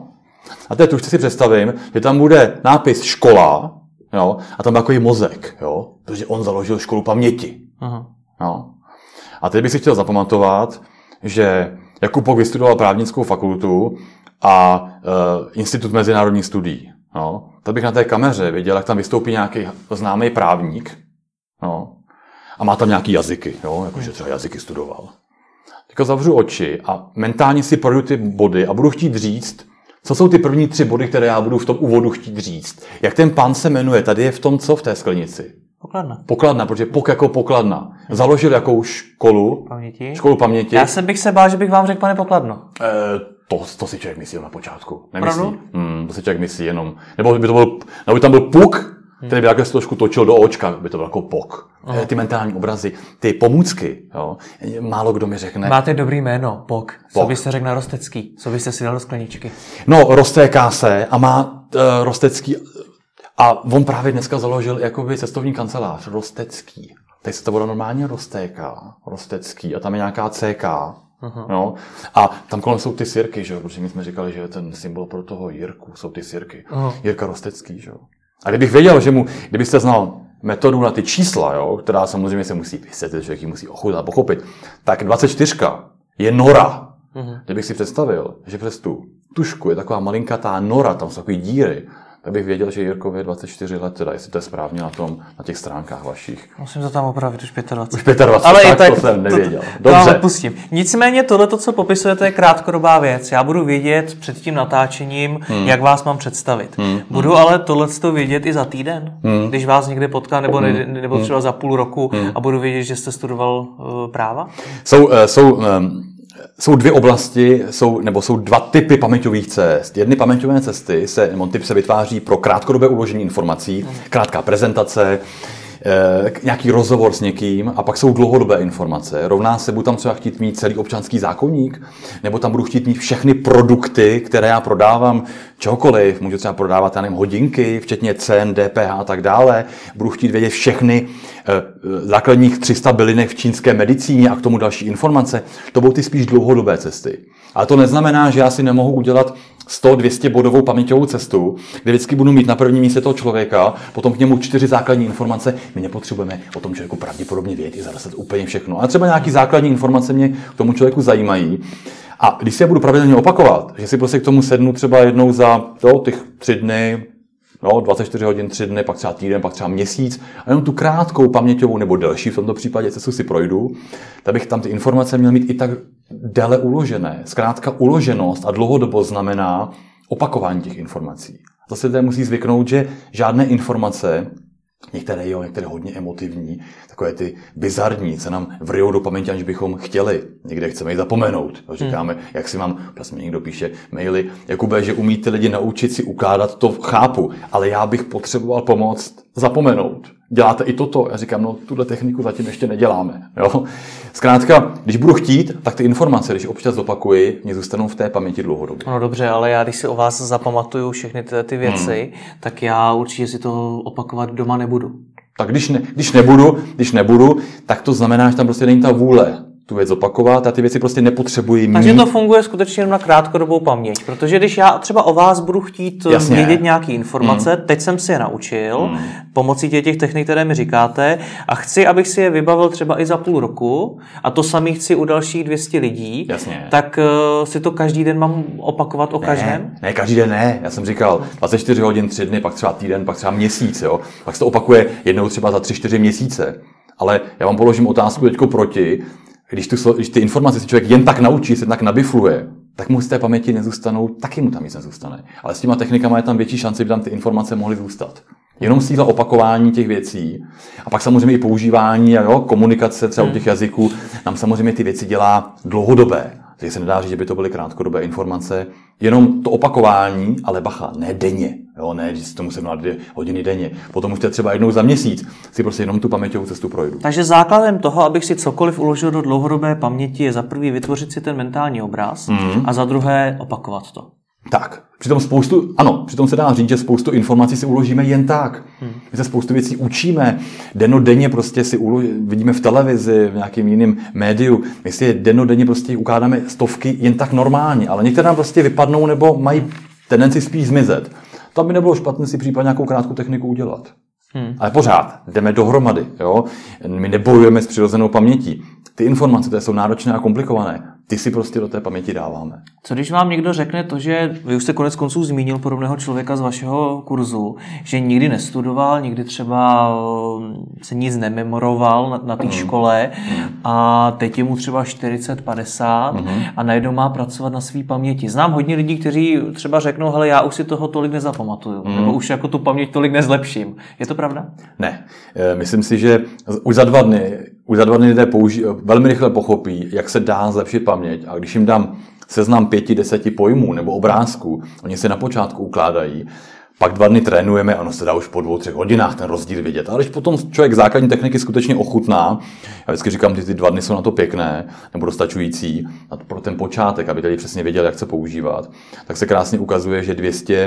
A teď už si představím, že tam bude nápis škola, jo, a tam takový mozek, jo, protože on založil školu paměti. Jo. A teď bych si chtěl zapamatovat, že Jakub Pok vystudoval právnickou fakultu a Institut mezinárodních studií. Jo. Tak bych na té kameře viděl, jak tam vystoupí nějaký známý právník, jo, a má tam nějaký jazyky, jo, jakože třeba jazyky studoval. Teďka zavřu oči a mentálně si projdu ty body a budu chtít říct, co jsou ty první 3 body, které já budu v tom úvodu chtít říct. Jak ten pán se jmenuje? Tady je v tom co v té sklenici? Pokladna. Pokladna, protože Pok jako pokladna. Založil jakou školu? Paměti. Školu paměti. Já bych se bál, že bych vám řekl, pane Pokladno. To si člověk myslí na počátku. Nemyslí. To si člověk myslí jenom. Nebo by tam byl Puk, který by takhle trošku točil do očka, by to byl jako Pok. Ty mentální obrazy, ty pomůcky, jo. Málo kdo mi řekne. Máte dobrý jméno, Pok. Co byste řekl na Rostecký? Co byste si dal do skleničky? No, roztéká se a má Rostecký. A on právě dneska založil jakoby cestovní kancelář, Rostecký. Teď se to bude normálně roztéká, Rostecký, a tam je nějaká CK. No? A tam kolem jsou ty sirky, že jo? Protože my jsme říkali, že ten symbol pro toho Jirku jsou ty sirky. Jirka Rostecký, že jo? A kdybych věděl, že kdybyste znal metodu na ty čísla, jo, která samozřejmě se musí vysvětlit, člověk ji musí ochutnat, pochopit, tak 24 je nora. Kdybych si představil, že přes tu tušku je taková malinkatá nora, tam jsou takové díry, tak bych věděl, že Jirkovi je 24 let, teda, jestli to je správně na těch stránkách vašich. Musím to tam opravit už 25. Už 25, ale tak to jsem nevěděl. Dobře. Pustím. Nicméně tohle, co popisujete, je krátkodobá věc. Já budu vědět před tím natáčením, jak vás mám představit. Budu ale tohleto vědět i za týden, když vás někde potkám, nebo třeba za půl roku a budu vědět, že jste studoval práva? Jsou 2 oblasti, jsou 2 typy paměťových cest. Jedny paměťové cesty typ se vytváří pro krátkodobé uložení informací, krátká prezentace, nějaký rozhovor s někým, a pak jsou dlouhodobé informace. Rovná se, budu tam třeba chtít mít celý občanský zákoník, nebo tam budu chtít mít všechny produkty, které já prodávám, čehokoliv. Můžu třeba prodávat, já nevím, hodinky, včetně cen, DPH a tak dále. Budu chtít vědět všechny základních 300 bylinek v čínské medicíně a k tomu další informace. To budou ty spíš dlouhodobé cesty. Ale to neznamená, že já si nemohu udělat 100-200 bodovou paměťovou cestu, kde vždycky budu mít na prvním místě toho člověka, potom k němu 4 základní informace. My nepotřebujeme o tom člověku pravděpodobně vědět i zarazit úplně všechno. Ale třeba nějaký základní informace mě k tomu člověku zajímají. A když si je budu pravidelně opakovat, že si prostě k tomu sednu třeba jednou za těch 3 dny, 24 hodin, 3 dny, pak třeba týden, pak třeba měsíc, a jenom tu krátkou paměťovou nebo delší v tomto případě cestu si projdu, tak bych tam ty informace měl mít i tak déle uložené. Zkrátka uloženost a dlouhodobost znamená opakování těch informací. Zase lidé musí zvyknout, že žádné informace, některé hodně emotivní, takové ty bizarní, se nám vryjou do paměti, aniž bychom chtěli. Někde chceme ji zapomenout. Říkáme, jak si mám, vlastně někdo píše maily, Jakube, že umí ty lidi naučit si ukládat, to chápu, ale já bych potřeboval pomoct zapomenout. Děláte i toto? Já říkám, tuhle techniku zatím ještě neděláme. Jo? Zkrátka, když budu chtít, tak ty informace, když občas zopakuji, mě zůstanou v té paměti dlouhodobě. No dobře, ale já když si o vás zapamatuju všechny ty věci, tak já určitě si to opakovat doma nebudu. Tak když nebudu, tak to znamená, že tam prostě není ta vůle tu věc opakovat a ty věci prostě nepotřebují mít. Takže to funguje skutečně jen na krátkodobou paměť, protože když já třeba o vás budu chtít vědět nějaké informace, teď jsem si je naučil pomocí těch technik, které mi říkáte, a chci, abych si je vybavil třeba i za půl roku, a to samý chci u dalších 200 lidí, tak si to každý den mám opakovat o každém? Ne, každý den ne. Já jsem říkal 24 hodin, 3 dny, pak třeba týden, pak třeba měsíc, jo. Pak se to opakuje jednou třeba za 3-4 měsíce. Ale já vám položím otázku teďko proti. Když ty informace si člověk jen tak naučí, se tak nabifluje, tak mu z té paměti nezůstanou, taky mu tam nic nezůstane. Ale s těma technikama je tam větší šance, aby tam ty informace mohly zůstat. Jenom síla opakování těch věcí a pak samozřejmě i používání a komunikace třeba u těch jazyků nám samozřejmě ty věci dělá dlouhodobé. Takže se nedá říct, že by to byly krátkodobé informace. Jenom to opakování, ale bacha, ne denně. Jo, ne, že si to musím na 2 hodiny denně. Potom už to je třeba jednou za měsíc. Si prostě jenom tu paměťovou cestu projdu. Takže základem toho, abych si cokoliv uložil do dlouhodobé paměti, je za prvý vytvořit si ten mentální obraz a za druhé opakovat to. Tak. Přitom se dá říct, že spoustu informací si uložíme jen tak. My se spoustu věcí učíme. Dennodenně prostě vidíme v televizi, v nějakém jiném médiu. My si dennodenně prostě ukládáme stovky jen tak normálně, ale některé nám prostě vypadnou nebo mají tendenci spíš zmizet. Tam by nebylo špatné si případně nějakou krátkou techniku udělat. Ale pořád, jdeme dohromady. Jo? My nebojujeme s přirozenou pamětí. Ty informace, které jsou náročné a komplikované, ty si prostě do té paměti dáváme. Co když vám někdo řekne to, že vy už jste konec konců zmínil podobného člověka z vašeho kurzu, že nikdy nestudoval, nikdy třeba se nic nememoroval na té škole a teď je mu třeba 40-50 a najednou má pracovat na své paměti. Znám hodně lidí, kteří třeba řeknou, hele, já už si toho tolik nezapamatuju, nebo už jako tu paměť tolik nezlepším. Je to pravda? Ne. Myslím si, že už za 2 dny lidé velmi rychle pochopí, jak se dá zlepšit paměť. A když jim dám seznam 5-10 pojmů nebo obrázků, oni se na počátku ukládají, pak 2 dny trénujeme, ano, se dá už po 2-3 hodinách ten rozdíl vidět. Ale když potom člověk základní techniky skutečně ochutná, já vždycky říkám, že ty 2 dny jsou na to pěkné, nebo dostačující, pro ten počátek, aby tady přesně věděl, jak se používat, tak se krásně ukazuje, že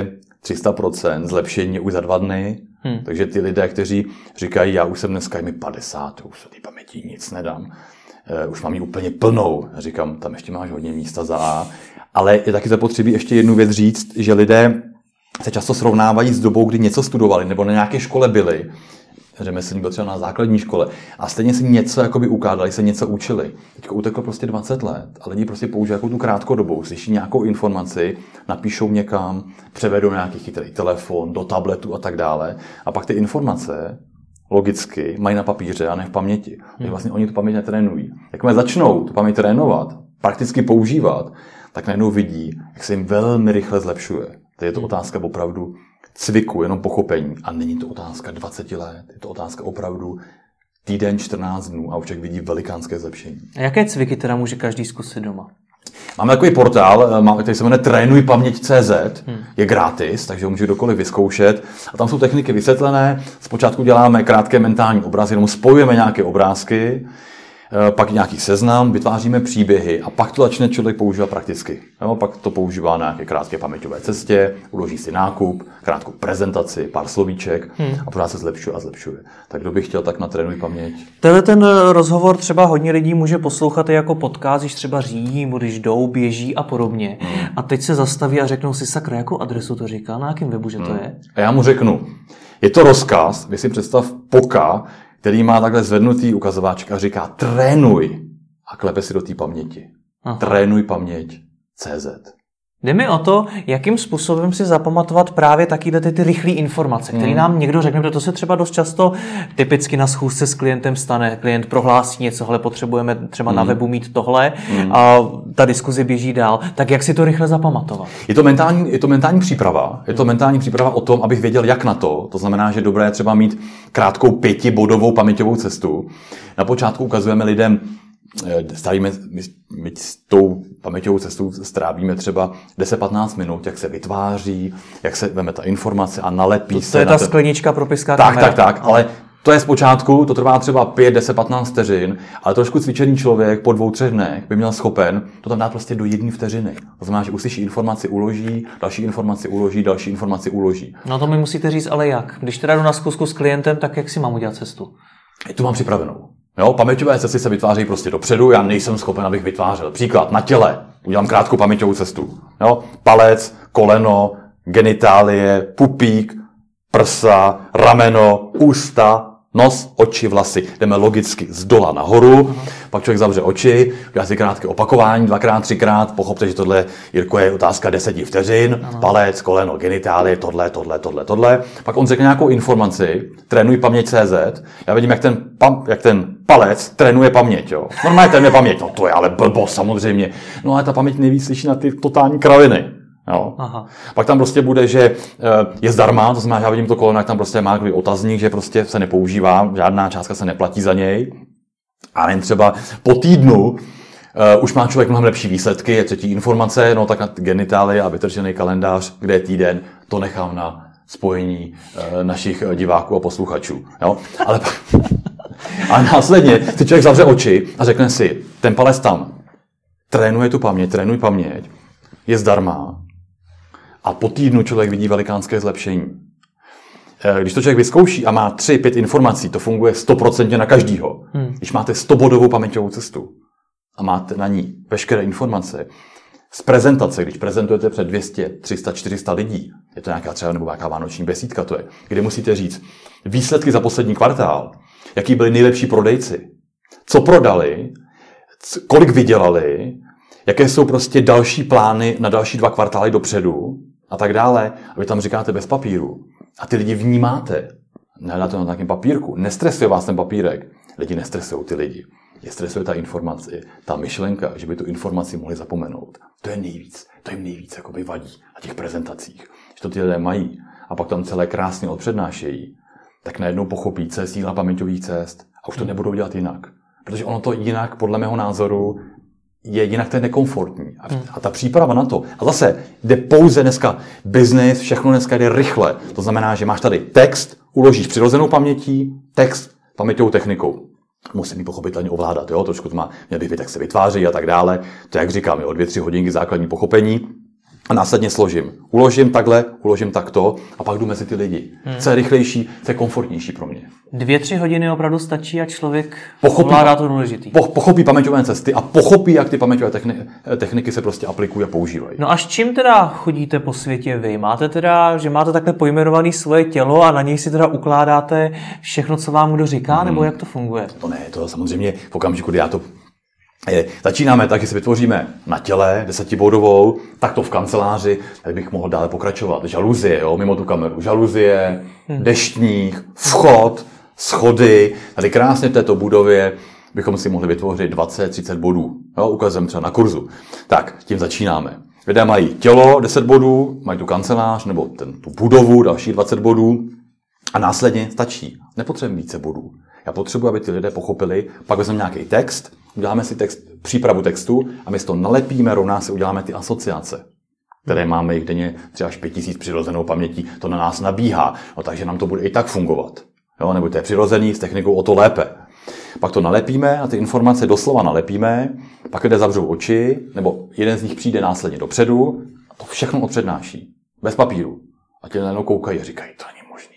200-300% zlepšení je už za 2 dny. Takže ty lidé, kteří říkají, já už jsem dneska, je mi 50, už se té paměti nic nedám, už mám ji úplně plnou. Říkám, tam ještě máš hodně místa za A. Ale je taky zapotřebí ještě jednu věc říct, že lidé se často srovnávají s dobou, kdy něco studovali nebo na nějaké škole byli. Řemeslník byl třeba na základní škole a stejně si něco jakoby ukládali, se něco učili. Teď uteklo prostě 20 let a lidi prostě používají jako tu krátkodobou, slyší nějakou informaci, napíšou někam, převedou nějaký chytrý telefon, do tabletu a tak dále a pak ty informace logicky mají na papíře a ne v paměti. Takže vlastně oni tu paměť netrénují. Jakmile začnou tu paměť trénovat, prakticky používat, tak najednou vidí, jak se jim velmi rychle zlepšuje. To je to otázka opravdu cviku, jenom pochopení. A není to otázka 20 let, je to otázka opravdu týden, 14 dnů a už člověk vidí velikánské zlepšení. A jaké cviky teda může každý zkusit doma? Máme takový portál, který se jmenuje trénujpaměť.cz, je gratis, takže ho může kdokoliv vyzkoušet. A tam jsou techniky vysvětlené. Zpočátku děláme krátké mentální obrazy, jenom spojujeme nějaké obrázky, pak nějaký seznam, vytváříme příběhy a pak to začne člověk používat prakticky. No, pak to používá na nějaké krátké paměťové cestě, uloží si nákup, krátkou prezentaci, pár slovíček a pořád se zlepšuje a zlepšuje. Tak kdo by chtěl, tak na trénuj paměť. Ten rozhovor třeba hodně lidí může poslouchat i jako podcast, když třeba řídí, když jdou, běží a podobně. A teď se zastaví a řeknou si, sakra, jakou adresu to říká, na jakém webu, že to je? A já mu řeknu, je to rozkaz, vy si představ Poka, který má takhle zvednutý ukazováček a říká trénuj a klepe si do té paměti. Trénuj paměť.cz. Jde mi o to, jakým způsobem si zapamatovat právě taky ty rychlé informace, které nám někdo řekne, protože to se třeba dost často typicky na schůzce s klientem stane. Klient prohlásí něco, ale potřebujeme třeba na webu mít tohle a ta diskuze běží dál. Tak jak si to rychle zapamatovat? Je to mentální příprava. Je to mentální příprava o tom, abych věděl, jak na to. To znamená, že dobré je třeba mít krátkou 5bodovou paměťovou cestu. Na počátku ukazujeme lidem, my s tou paměťovou cestou strávíme třeba 10-15 minut, jak se vytváří, jak se veme ta informace a nalepí se. To je ta sklenička propiská kamera. Tak, ale to je zpočátku, to trvá třeba 5, 10, 15 vteřin, ale trošku cvičený člověk po 2-3 dnech by měl schopen to tam dát prostě do 1 vteřiny. To znamená, že uslyší informaci, uloží, další informaci uloží, další informaci uloží. No to mi musíte říct, ale jak? Když teda jdu na schůzku s klientem, tak jak si mám udělat cestu? Tu mám připravenou. Jo, paměťové cesty se vytvářejí prostě dopředu, já nejsem schopen, abych vytvářel. Příklad, na těle udělám krátkou paměťovou cestu. Jo, palec, koleno, genitálie, pupík, prsa, rameno, ústa, nos, oči, vlasy. Jdeme logicky z dola nahoru, pak člověk zavře oči, udělá si krátké opakování, 2x, 3x, pochopte, že tohle, Jirko, je otázka 10 vteřin, palec, koleno, genitálie, tohle. Pak on řekne nějakou informaci, trénuj paměť.cz, já vidím, jak ten palec trénuje paměť, jo. Normálně trénuje paměť, no to je ale blbost samozřejmě, no ale ta paměť nejvíc slyší na ty totální kraviny. Jo. Aha. Pak tam prostě bude, že je zdarma, to znamená, že já vidím to koleno, jak tam prostě má takový otazník, že prostě se nepoužívá, žádná částka se neplatí za něj. A jen třeba po týdnu už má člověk mnohem lepší výsledky, je 3. informace, no tak na genitálie a vytržený kalendář, kde je týden, to nechám na spojení našich diváků a posluchačů. Jo. Ale a následně si člověk zavře oči a řekne si, ten palec tam trénuje tu paměť, trénuj paměť, je zdarma. A po týdnu člověk vidí velikánské zlepšení. Když to člověk vyzkouší a má 3-5 informací, to funguje 100% na každýho. Když máte 100bodovou paměťovou cestu a máte na ní veškeré informace, Z prezentace, když prezentujete před 200, 300, 400 lidí, je to nějaká třeba nebo nějaká vánoční besídka, to je, kde musíte říct výsledky za poslední kvartál, jaký byli nejlepší prodejci, co prodali, kolik vydělali, jaké jsou prostě další plány na další 2 kvartály dopředu a tak dále. A vy tam říkáte bez papíru. A ty lidi vnímáte. Nedáte to na nějakém papírku. Nestresuje vás ten papírek. Lidi nestresují ty lidi. Je stresuje ta informace, ta myšlenka, že by tu informaci mohli zapomenout. To je nejvíc. To jim nejvíc jakoby vadí na těch prezentacích. Že to ty lidé mají a pak tam celé krásně odpřednášejí, tak najednou pochopí, co je síla paměťových cest a už to nebudou dělat jinak. Protože ono to jinak, podle mého názoru, je jinak to je nekomfortní. A ta příprava na to. A zase jde pouze dneska business, všechno dneska jde rychle. To znamená, že máš tady text, uložíš přirozenou pamětí, text paměťovou technikou. Musím ji pochopitelně ovládat, jo? Trošku to má, měl bych tak se vytváří a tak dále. To jak říkám, jo? 2-3 hodinky základní pochopení a následně složím. Uložím takhle, uložím takto a pak jdu mezi ty lidi. Co je rychlejší, co je komfortnější pro mě. 2-3 hodiny opravdu stačí a člověk ovládá to důležitý. Pochopí paměťové cesty a pochopí, jak ty paměťové techniky se prostě aplikují a používají. No a s čím teda chodíte po světě vy? Máte teda, že máte takhle pojmenované svoje tělo a na něj si teda ukládáte všechno, co vám kdo říká, nebo jak to funguje? To ne, to samozřejmě v okamžiku, kdy já to začínáme tak, že si vytvoříme na těle 10bodovou, tak to v kanceláři, tak bych mohl dále pokračovat. Žaluzie, jo, mimo tu kameru. Žaluzie, deštník, vchod, schody. Tady krásně v této budově bychom si mohli vytvořit 20-30 bodů. Jo, ukazujeme třeba na kurzu. Tak, tím začínáme. Lidé mají tělo 10 bodů, mají tu kancelář nebo tu budovu, další 20 bodů a následně stačí. Nepotřebujeme více bodů. Já potřebuji, aby ty lidé pochopili, pak vezmeme nějaký text, uděláme si přípravu textu a my si to nalepíme, rovná si uděláme ty asociace, které máme jich denně třeba až 5000 přirozenou pamětí, to na nás nabíhá, no, takže nám to bude i tak fungovat. Jo, nebo to je přirozený, s technikou o to lépe. Pak to nalepíme a ty informace doslova nalepíme, pak lidé zavřou oči, nebo jeden z nich přijde následně dopředu a to všechno odpřednáší. Bez papíru. A ti najednou koukají a říkají, to není možný.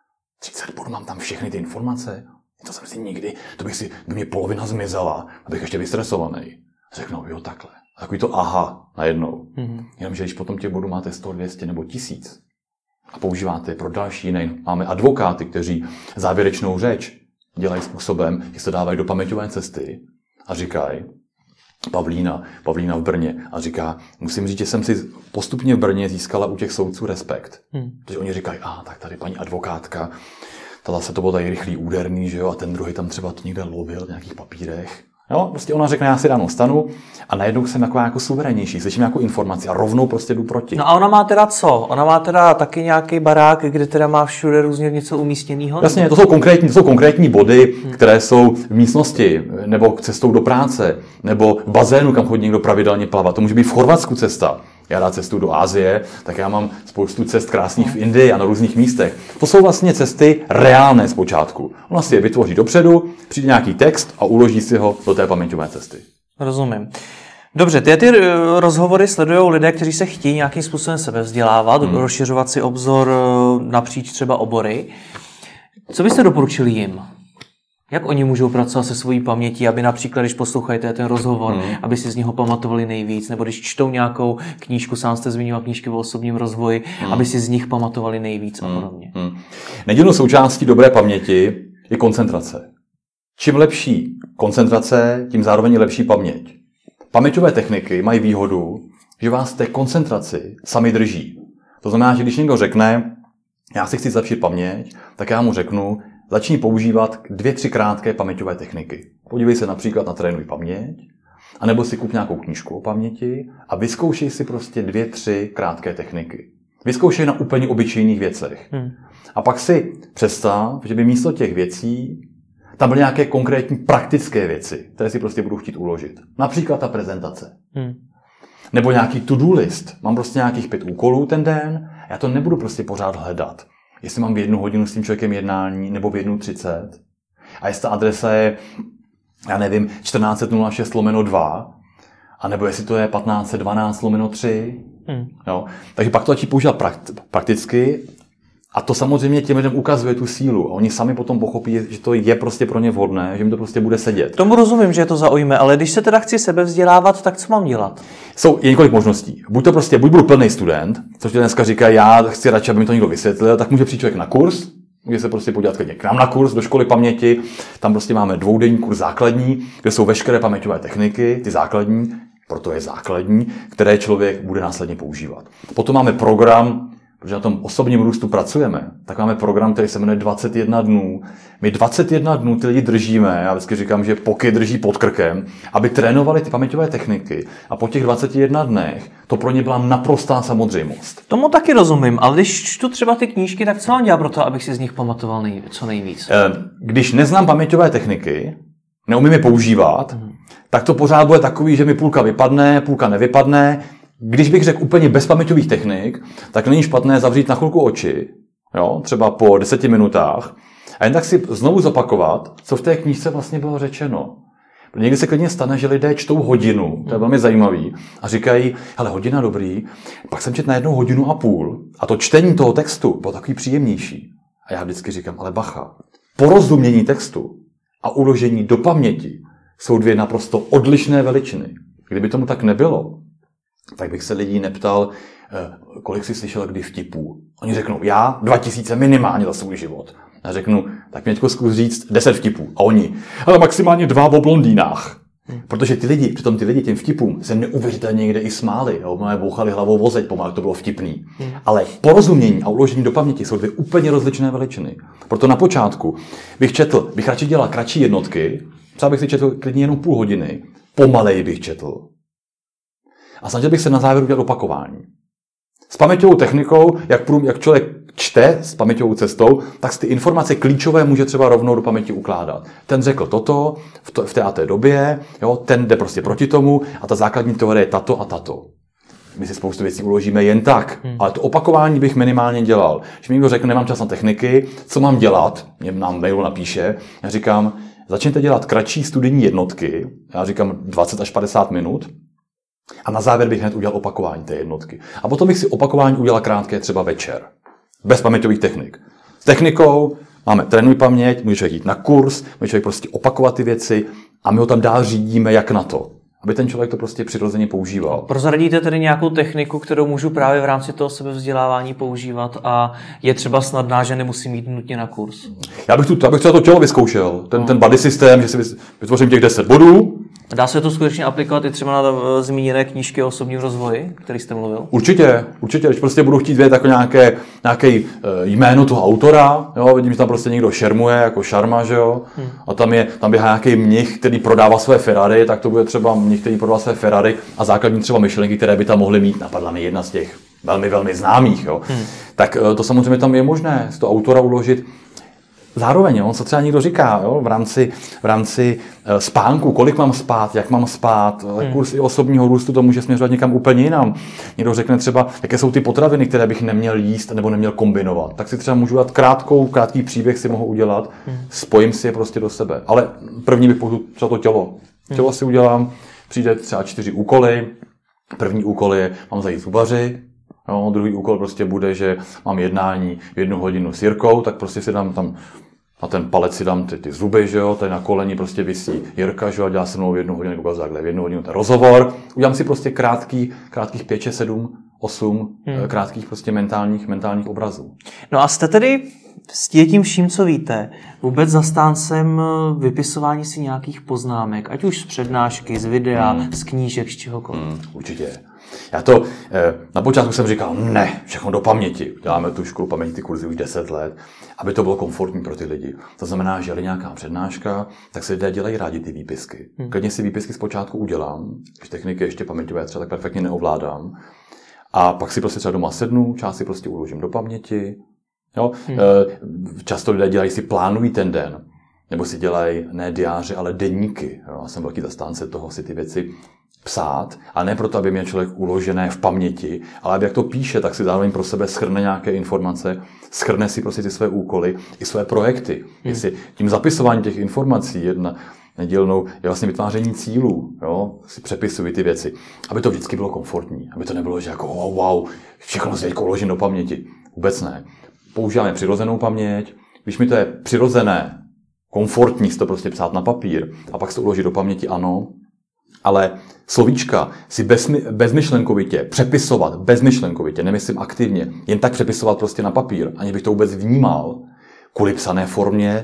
30 bodů mám tam všechny ty informace. To jsem si nikdy, by mě polovina zmizela, abych ještě vystresovaný. Řeknou, jo, takhle. A takový to aha, najednou. Jenomže když potom těch bodů máte 100, 200 nebo 1000 a používáte pro další jiné, máme advokáty, kteří závěrečnou řeč dělají způsobem, že se dávají do paměťové cesty a říkají, Pavlína v Brně a říká, musím říct, že jsem si postupně v Brně získala u těch soudců respekt. Protože oni říkají, tak tady paní advokátka, ta se to bylo tady rychlý úderný, že jo, a ten druhý tam třeba to někde lovil v nějakých papírech. Jo, prostě ona řekne, já si ráno vstanu a najednou jsem jako suverénnější, slyším nějakou informaci a rovnou prostě jdu proti. No a ona má teda co? Ona má teda taky nějaký barák, kde teda má všude různě něco umístěného? Jasně, to jsou konkrétní body, které jsou v místnosti, nebo cestou do práce, nebo v bazénu, kam chodí někdo pravidelně plavat. To může být v Chorvatsku cesta. Já dám cestu do Asie, tak já mám spoustu cest krásných v Indii a na různých místech. To jsou vlastně cesty reálné zpočátku. Ona si je vytvoří dopředu, přijde nějaký text a uloží si ho do té paměťové cesty. Rozumím. Dobře, ty rozhovory sledují lidé, kteří se chtějí nějakým způsobem sebevzdělávat, rozšiřovat si obzor napříč třeba obory. Co byste doporučili jim? Jak oni můžou pracovat se svojí pamětí, aby například, když poslouchají ten rozhovor, aby si z něho pamatovali nejvíc, nebo když čtou nějakou knížku, sám jste zmiňoval knížky o osobním rozvoji, aby si z nich pamatovali nejvíc a podobně. Nedílnou součástí dobré paměti je koncentrace. Čím lepší koncentrace, tím zároveň lepší paměť. Paměťové techniky mají výhodu, že vás té koncentraci sami drží. To znamená, že když někdo řekne, já si chci zlepšit paměť, tak já mu řeknu, začni používat 2-3 krátké paměťové techniky. Podívej se například na Trénuj paměť, anebo si kup nějakou knížku o paměti a vyzkoušej si prostě 2-3 krátké techniky. Vyzkoušej na úplně obyčejných věcech. A pak si představ, že by místo těch věcí tam byly nějaké konkrétní praktické věci, které si prostě budu chtít uložit. Například ta prezentace. Nebo nějaký to-do list. Mám prostě nějakých 5 úkolů ten den, já to nebudu prostě pořád hledat. Jestli mám v 1 hodinu s tím člověkem jednání, nebo v 1:30. A jestli ta adresa je, já nevím, 1406/2, anebo jestli to je 1512/3. Jo. Takže pak to začít používat prakticky A to samozřejmě těm lidem ukazuje tu sílu a oni sami potom pochopí, že to je prostě pro ně vhodné, že jim to prostě bude sedět. Tomu rozumím, že to zaujme, ale když se teda chci sebevzdělávat, tak co mám dělat? Je několik možností. Buď budu plný student, což dneska říká, já chci radši, aby mi to někdo vysvětlil, tak může přijít člověk na kurz, může se prostě podívat k nám na kurz do školy paměti, tam prostě máme 2denní kurz základní, kde jsou veškeré paměťové techniky, ty základní, proto je základní, které člověk bude následně používat. Potom máme program, protože na tom osobním růstu pracujeme, tak máme program, který se jmenuje 21 dnů. My 21 dnů ty lidi držíme, já vždycky říkám, že poky drží pod krkem, aby trénovali ty paměťové techniky a po těch 21 dnech to pro ně byla naprostá samozřejmost. Tomu taky rozumím, ale když čtu třeba ty knížky, tak co mám dělat pro to, abych si z nich pamatoval co nejvíc? Když neznám paměťové techniky, neumím je používat, tak to pořád bude takový, že mi půlka vypadne, půlka nevypadne. Když bych řekl úplně bez paměťových technik, tak není špatné zavřít na chvilku oči, jo, třeba po 10 minutách, a jen tak si znovu zopakovat, co v té knížce vlastně bylo řečeno. Někdy se klidně stane, že lidé čtou hodinu, to je velmi zajímavý, a říkají, hele, hodina dobrý, pak jsem četl na 1,5 hodiny a to čtení toho textu bylo takový příjemnější. A já vždycky říkám, ale bacha, porozumění textu a uložení do paměti jsou dvě naprosto odlišné veličiny. Kdyby tomu tak nebylo, tak bych se lidí neptal, kolik jsi slyšel kdy vtipů. Oni řeknou, já 2000 minimálně za svůj život. Já řeknu, tak mě teďko zkus říct 10 vtipů. A oni, ale maximálně 2 o blondýnách. Protože ty lidi těm vtipům se neuvěřitelně někde i smáli. Bouchali hlavou o zeď, pomalu to bylo vtipný. Ale porozumění a uložení do paměti jsou dvě úplně rozličné veličiny. Proto na počátku bych radši dělal kratší jednotky, třeba bych si četl klidně jenom půl hodiny, pomalej bych četl. A snažil bych se na závěr udělat opakování. S paměťovou technikou, jak člověk čte s paměťovou cestou, tak si ty informace klíčové může třeba rovnou do paměti ukládat. Ten řekl toto v té a té době, jo, ten jde prostě proti tomu a ta základní teorie je tato a tato. My si spoustu věcí uložíme jen tak, ale to opakování bych minimálně dělal. Když mi někdo řekne, nemám čas na techniky, co mám dělat, mě nám mailu napíše, já říkám, začněte dělat kratší studijní jednotky, já říkám 20 až 50 minut, a na závěr bych hned udělal opakování té jednotky. A potom bych si opakování udělal krátké třeba večer. Bez paměťových technik. S technikou máme trénuj paměť, může člověk jít na kurz, může člověk prostě opakovat ty věci a my ho tam dál řídíme jak na to. Aby ten člověk to prostě přirozeně používal. Prozradíte tedy nějakou techniku, kterou můžu právě v rámci toho sebevzdělávání používat a je třeba snadná, že nemusím jít nutně na kurz? Já bych třeba to tělo vyzkoušel. Ten body systém, že si vytvořím těch 10 bodů. Dá se to skutečně aplikovat i třeba na zmíněné knížky o osobním rozvoji, který jste mluvil? Určitě. Když prostě budu chtít vědět jako nějaké jméno toho autora, jo, vidím, že tam prostě někdo šermuje, jako šarma, že jo, a tam běhá nějaký mnich, který prodává své Ferrari, tak to bude třeba mnich, který prodává své Ferrari a základní třeba myšlenky, které by tam mohly mít. Napadla mi jedna z těch velmi, velmi známých, jo. Tak to samozřejmě tam je možné z toho autora uložit. Zároveň, on se třeba někdo říká, jo, v rámci spánku, kolik mám spát, jak mám spát, kurz i osobního růstu to může směřovat někam úplně jinam. Někdo řekne třeba, jaké jsou ty potraviny, které bych neměl jíst nebo neměl kombinovat. Tak si třeba můžu dát krátký příběh si mohu udělat, spojím si je prostě do sebe. Ale první bych použil třeba to tělo. Tělo si udělám, přijde třeba 4 úkoly. První úkol je, mám zajít zubaři. No, druhý úkol prostě bude, že mám jednání 1 hodinu s Jirkou, tak prostě si dám tam na ten palec si dám ty zuby, že jo, tady na koleni prostě visí Jirka, že jo, a dělá se mnou 1 hodinu, jako takhle, 1 hodinu ten rozhovor. Udělám si prostě krátkých 5, 6, 7, 8 krátkých prostě mentálních obrazů. No a jste tedy s tím vším, co víte, vůbec zastáncem vypisování si nějakých poznámek, ať už z přednášky, z videa, z knížek, z čehokoliv? Určitě. Já to, na počátku jsem říkal, ne, všechno do paměti. Děláme tu školu paměti, ty kurzy už 10 let, aby to bylo komfortní pro ty lidi. To znamená, že je nějaká přednáška, tak si lidé dělají rádi ty výpisky. Klidně si výpisky zpočátku udělám, když techniky ještě paměťové třeba tak perfektně neovládám. A pak si prostě třeba doma sednu, část si prostě uložím do paměti. Jo? Často lidé dělají si plánují ten den, nebo si dělají ne diáře, ale deníky. Jo? Já jsem velký zastánce toho si ty věci psát, a ne proto, aby měl člověk uložené v paměti, ale aby jak to píše, tak si zároveň pro sebe shrne nějaké informace, shrne si prostě ty své úkoly i své projekty. Jestli tím zapisováním těch informací jedna nedílnou je vlastně vytváření cílů, jo? Si přepisují ty věci, aby to vždycky bylo komfortní, aby to nebylo, že jako wow, všechno si uložím do paměti. Vůbec ne. používáme přirozenou paměť, když mi to je přirozené, komfortní si to prostě psát na papír a pak se to uložit do paměti, ano, ale slovíčka si bezmyšlenkovitě přepisovat, bezmyšlenkovitě, nemyslím aktivně, jen tak přepisovat prostě na papír, ani bych to vůbec vnímal, kvůli psané formě,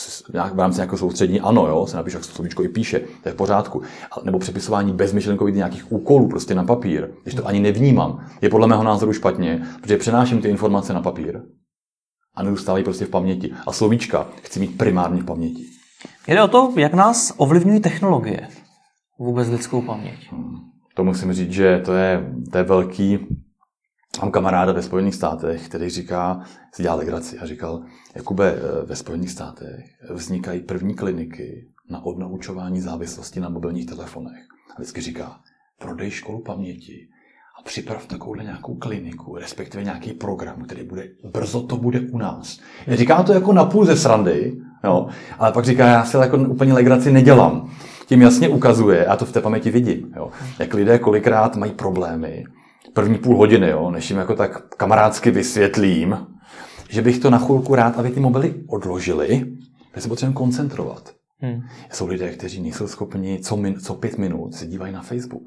v rámci nějakého soustředění, ano, jo, se napíše, jak se slovíčko i píše, to je v pořádku. Nebo přepisování bezmyšlenkovitě nějakých úkolů prostě na papír, když to ani nevnímám, je podle mého názoru špatně, protože přenáším ty informace na papír a nedostávají prostě v paměti. A slovíčka chci mít primárně v paměti. Jde o to, jak nás ovlivňují technologie, vůbec lidskou paměť. To musím říct, že to je velký. Mám kamaráda ve Spojených státech, který říká, si dělá legraci a říkal, Jakube, ve Spojených státech vznikají první kliniky na odnaučování závislosti na mobilních telefonech. A vždycky říká, prodej školu paměti a připrav takovouhle nějakou kliniku, respektive nějaký program, který brzo to bude u nás. Říká to jako napůl ze srandy, jo, ale pak říká, já si jako úplně legraci nedělám. Tím jasně ukazuje, a to v té paměti vidím, jo, jak lidé kolikrát mají problémy, první půl hodiny, jo, než jim jako tak kamarádsky vysvětlím, že bych to na chvilku rád, aby ty mobily odložili, protože se potřebujeme koncentrovat. Jsou lidé, kteří nejsou schopni co 5 minut se dívají na Facebook.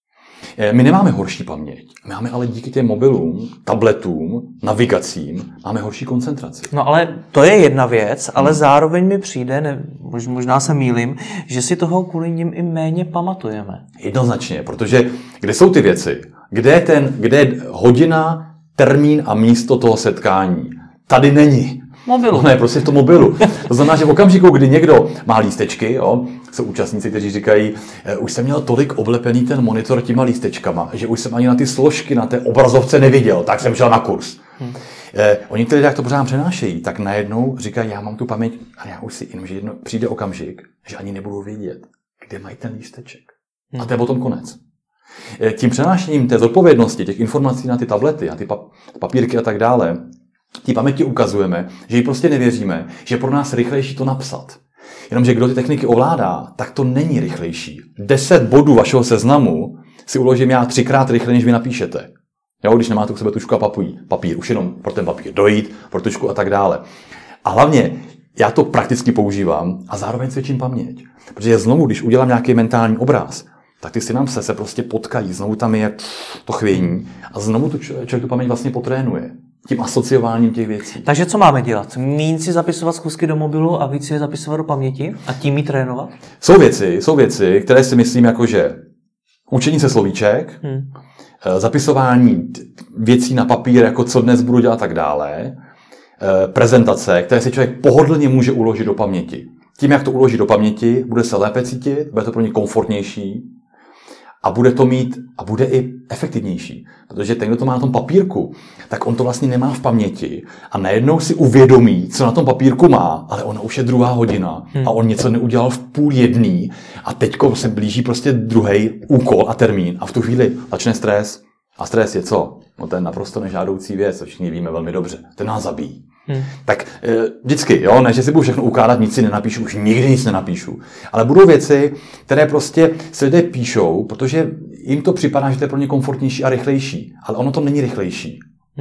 My nemáme horší paměť, máme ale díky těm mobilům, tabletům, navigacím, máme horší koncentraci. No ale to je jedna věc, ale zároveň mi přijde, možná se mýlím, že si toho kvůli nim i méně pamatujeme. Jednoznačně, protože kde jsou ty věci? Kde je hodina, termín a místo toho setkání? Tady není. Mobilu. Ne, prostě v tom mobilu. To znamená, že v okamžiku, kdy někdo má lístečky, jo, jsou účastníci, kteří říkají, už jsem měl tolik oblepený ten monitor těma lístečkama, že už jsem ani na ty složky na té obrazovce neviděl, tak jsem šel na kurz. Oni, kteří jak to pořád přenášejí, tak najednou říkají, já mám tu paměť, a já už si jenomže přijde okamžik, že ani nebudou vědět, kde mají ten lísteček. A to je potom konec. Tím přenášením té zodpovědnosti, těch informací na ty tablety, na ty papírky a tak dále, tí paměti ukazujeme, že ji prostě nevěříme, že je pro nás rychlejší to napsat. Jenomže kdo ty techniky ovládá, tak to není rychlejší. 10 bodů vašeho seznamu si uložím já 3krát rychleji, než vy napíšete. Jo, když nemáte u sebe tušku a papír, už jenom pro ten papír dojít, pro tušku a tak dále. A hlavně, já to prakticky používám a zároveň cvičím paměť. Protože znovu, když udělám nějaký mentální obraz, tak ty synapse se prostě potkají, znovu tam je to chvění a znovu člověk tu paměť vlastně potrénuje. Tím asociováním těch věcí. Takže co máme dělat? Míň si zapisovat zkusky do mobilu a víc si je zapisovat do paměti a tím ji trénovat? Jsou věci, které si myslím, jako že učení se slovíček, zapisování věcí na papír, jako co dnes budu dělat a tak dále, prezentace, které si člověk pohodlně může uložit do paměti. Tím, jak to uloží do paměti, bude se lépe cítit, bude to pro ně komfortnější a bude i efektivnější. Protože ten, kdo to má na tom papírku, tak on to vlastně nemá v paměti a najednou si uvědomí, co na tom papírku má, ale ona už je 2 hodina a on něco neudělal v 12:30 a teďko se blíží prostě druhý úkol a termín a v tu chvíli začne stres. A stres je co? No to je naprosto nežádoucí věc, co všichni víme velmi dobře. Ten nás zabíjí. Tak vždycky, jo, ne, že si budu všechno ukládat, nic si nenapíšu, už nikdy nic nenapíšu. Ale budou věci, které prostě se lidé píšou, protože jim to připadá, že to je pro ně komfortnější a rychlejší. Ale ono to není rychlejší.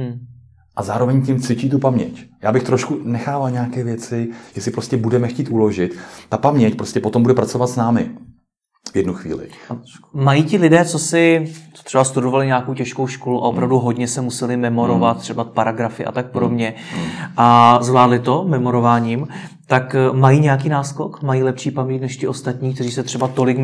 A zároveň tím cvičí tu paměť. Já bych trošku nechával nějaké věci, jestli prostě budeme chtít uložit. Ta paměť prostě potom bude pracovat s námi. V jednu chvíli. Mají ti lidé, co třeba studovali nějakou těžkou školu a opravdu hodně se museli memorovat, třeba paragrafy a tak podobně, a zvládli to memorováním, tak mají nějaký náskok? Mají lepší paměť než ti ostatní, kteří se třeba tolik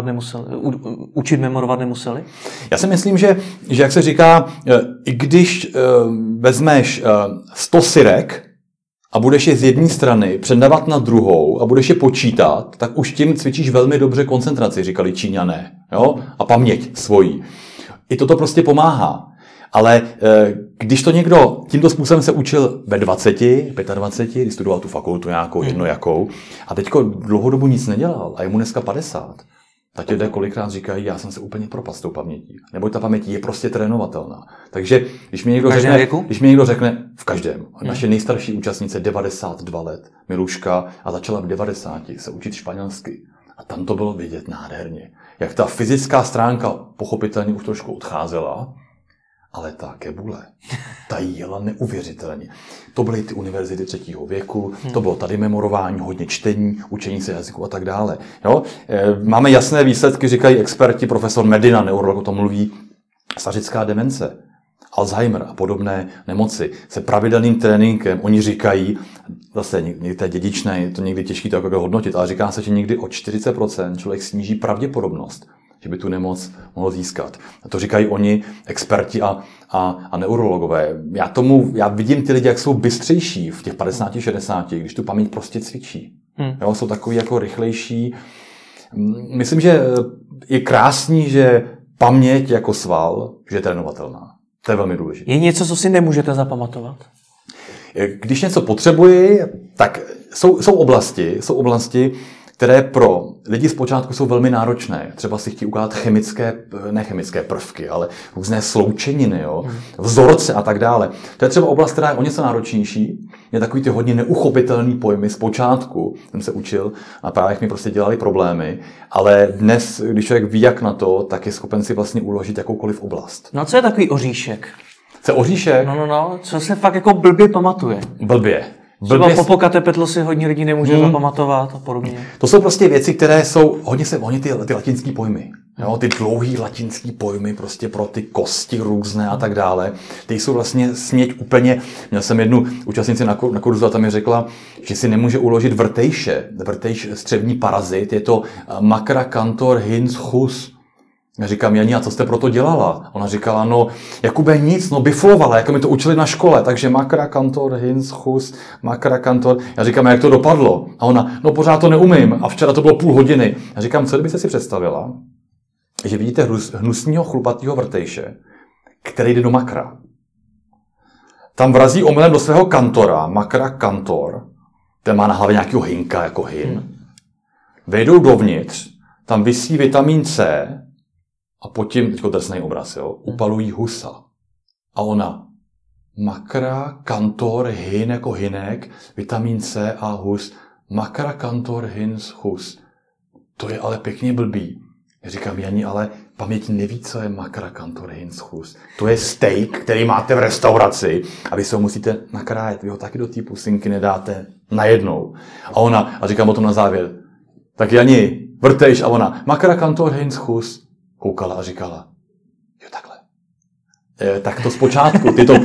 učit memorovat nemuseli? Já si myslím, že jak se říká, i když vezmeš 100 syrek, a budeš je z jedné strany předávat na druhou a budeš je počítat, tak už tím cvičíš velmi dobře koncentraci, říkali Číňané, jo? A paměť svojí. I toto prostě pomáhá. Ale když to někdo tímto způsobem se učil ve 20, 25, když studoval tu fakultu nějakou, jedno jakou, a teďko dlouhodobu nic nedělal a je mu dneska 50, tak lidé kolikrát říkají, já jsem se úplně propast tou pamětí. Nebo ta paměť je prostě trénovatelná. Takže když mi někdo řekne v každém, naše nejstarší účastnice 92 let, Miluška, a začala v 90 se učit španělsky. A tam to bylo vidět nádherně. Jak ta fyzická stránka pochopitelně už trošku odcházela Ale ta kebule, ta jela neuvěřitelně. To byly ty univerzity 3. věku, to bylo tady memorování, hodně čtení, učení se jazyku a tak dále. Jo? Máme jasné výsledky, říkají experti, profesor Medina, neurolog o tom mluví, stařická demence, Alzheimer a podobné nemoci se pravidelným tréninkem, oni říkají, zase někdy to je dědičné, je to někdy těžké to jako hodnotit, ale říká se, že někdy o 40% člověk sníží pravděpodobnost, že by tu nemoc mohl získat. A to říkají oni, experti a neurologové. Já vidím ty lidi, jak jsou bystřejší v těch 50-60, když tu paměť prostě cvičí. Jo, jsou takový jako rychlejší. Myslím, že je krásný, že paměť jako sval, že je trénovatelná. To je velmi důležité. Je něco, co si nemůžete zapamatovat? Když něco potřebuji, tak jsou oblasti, které pro lidi zpočátku jsou velmi náročné. Třeba si chtějí ukázat nechemické prvky, ale různé sloučeniny, jo? Vzorce a tak dále. To je třeba oblast, která je o něco náročnější. Je takový ty hodně neuchopitelný pojmy zpočátku. Jsem se učil a právě mi prostě dělali problémy. Ale dnes, když člověk ví, jak na to, tak je schopen si vlastně uložit jakoukoliv oblast. No a co je takový oříšek? Co oříšek? No, co se fakt jako blbě pamatuje? Blbě. Třeba Popocatépetl si hodně lidí nemůže zapamatovat a podobně. To jsou prostě věci, které jsou hodně ty latinský pojmy. Jo, ty dlouhý latinský pojmy prostě pro ty kosti různé a tak dále. Ty jsou vlastně směť úplně. Měl jsem jednu účastnici na kurzu a tam mi řekla, že si nemůže uložit vrtejše. Vrtejš střevní parazit, je to Macra cantor hins hus. Já říkám, Jani, a co jste proto dělala? Ona říkala, no, Jakube, nic, no, biflovala, jako mi to učili na škole, takže Macra cantor hins hus, Macra cantor. Já říkám, jak to dopadlo? A ona, no, pořád to neumím a včera to bylo půl hodiny. Já říkám, co kdybyste si představila, že vidíte hnusního chlupatýho vrtejše, který jde do makra. Tam vrazí omylem do svého kantora, Macra cantor, ten má na hlavě nějakého hinka, jako hin. Vejdou dovnitř, tam visí vitamin C a pod tím, teďko drsnej obraz, jo, upalují husa. A ona, Macra cantor hin jako hinek, vitamin C a hus, Macra cantor hins hus. To je ale pěkně blbý. Já říkám, Jani, ale paměť neví, co je Macra cantor hins hus. To je steak, který máte v restauraci a vy se ho musíte nakrájet. Vy ho taky do té pusinky nedáte najednou. A říkám o tom na závěr. Tak Jani, vrtejš a ona, Macra cantor hins hus. Koukala a říkala, jo takhle. Tak to zpočátku, tyto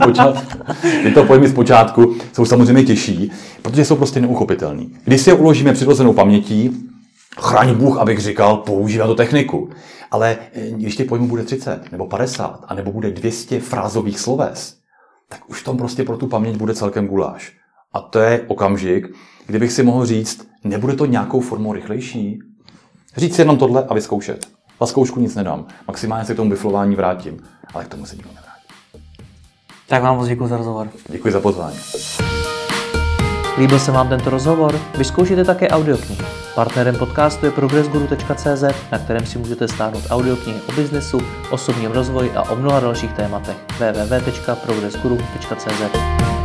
pojmy zpočátku jsou samozřejmě těžší, protože jsou prostě neuchopitelný. Když si je uložíme přirozenou pamětí, chraň Bůh, abych říkal, používá tu techniku. Ale když těch pojmů bude 30 nebo 50, a nebo bude 200 frázových sloves, tak už tam prostě pro tu paměť bude celkem guláš. A to je okamžik, kdybych si mohl říct, nebude to nějakou formou rychlejší? Říct si jenom tohle a vyzkoušet. Na zkoušku nic nedám. Maximálně se k tomu biflování vrátím. Ale k tomu se nikdo nevrátí. Tak vám moc děkuji za rozhovor. Děkuji za pozvání. Líbil se vám tento rozhovor? Vyzkoušejte také audioknihy. Partnerem podcastu je progressguru.cz, na kterém si můžete stáhnout audioknihy o biznesu, osobním rozvoji a o mnoha dalších tématech. www.progressguru.cz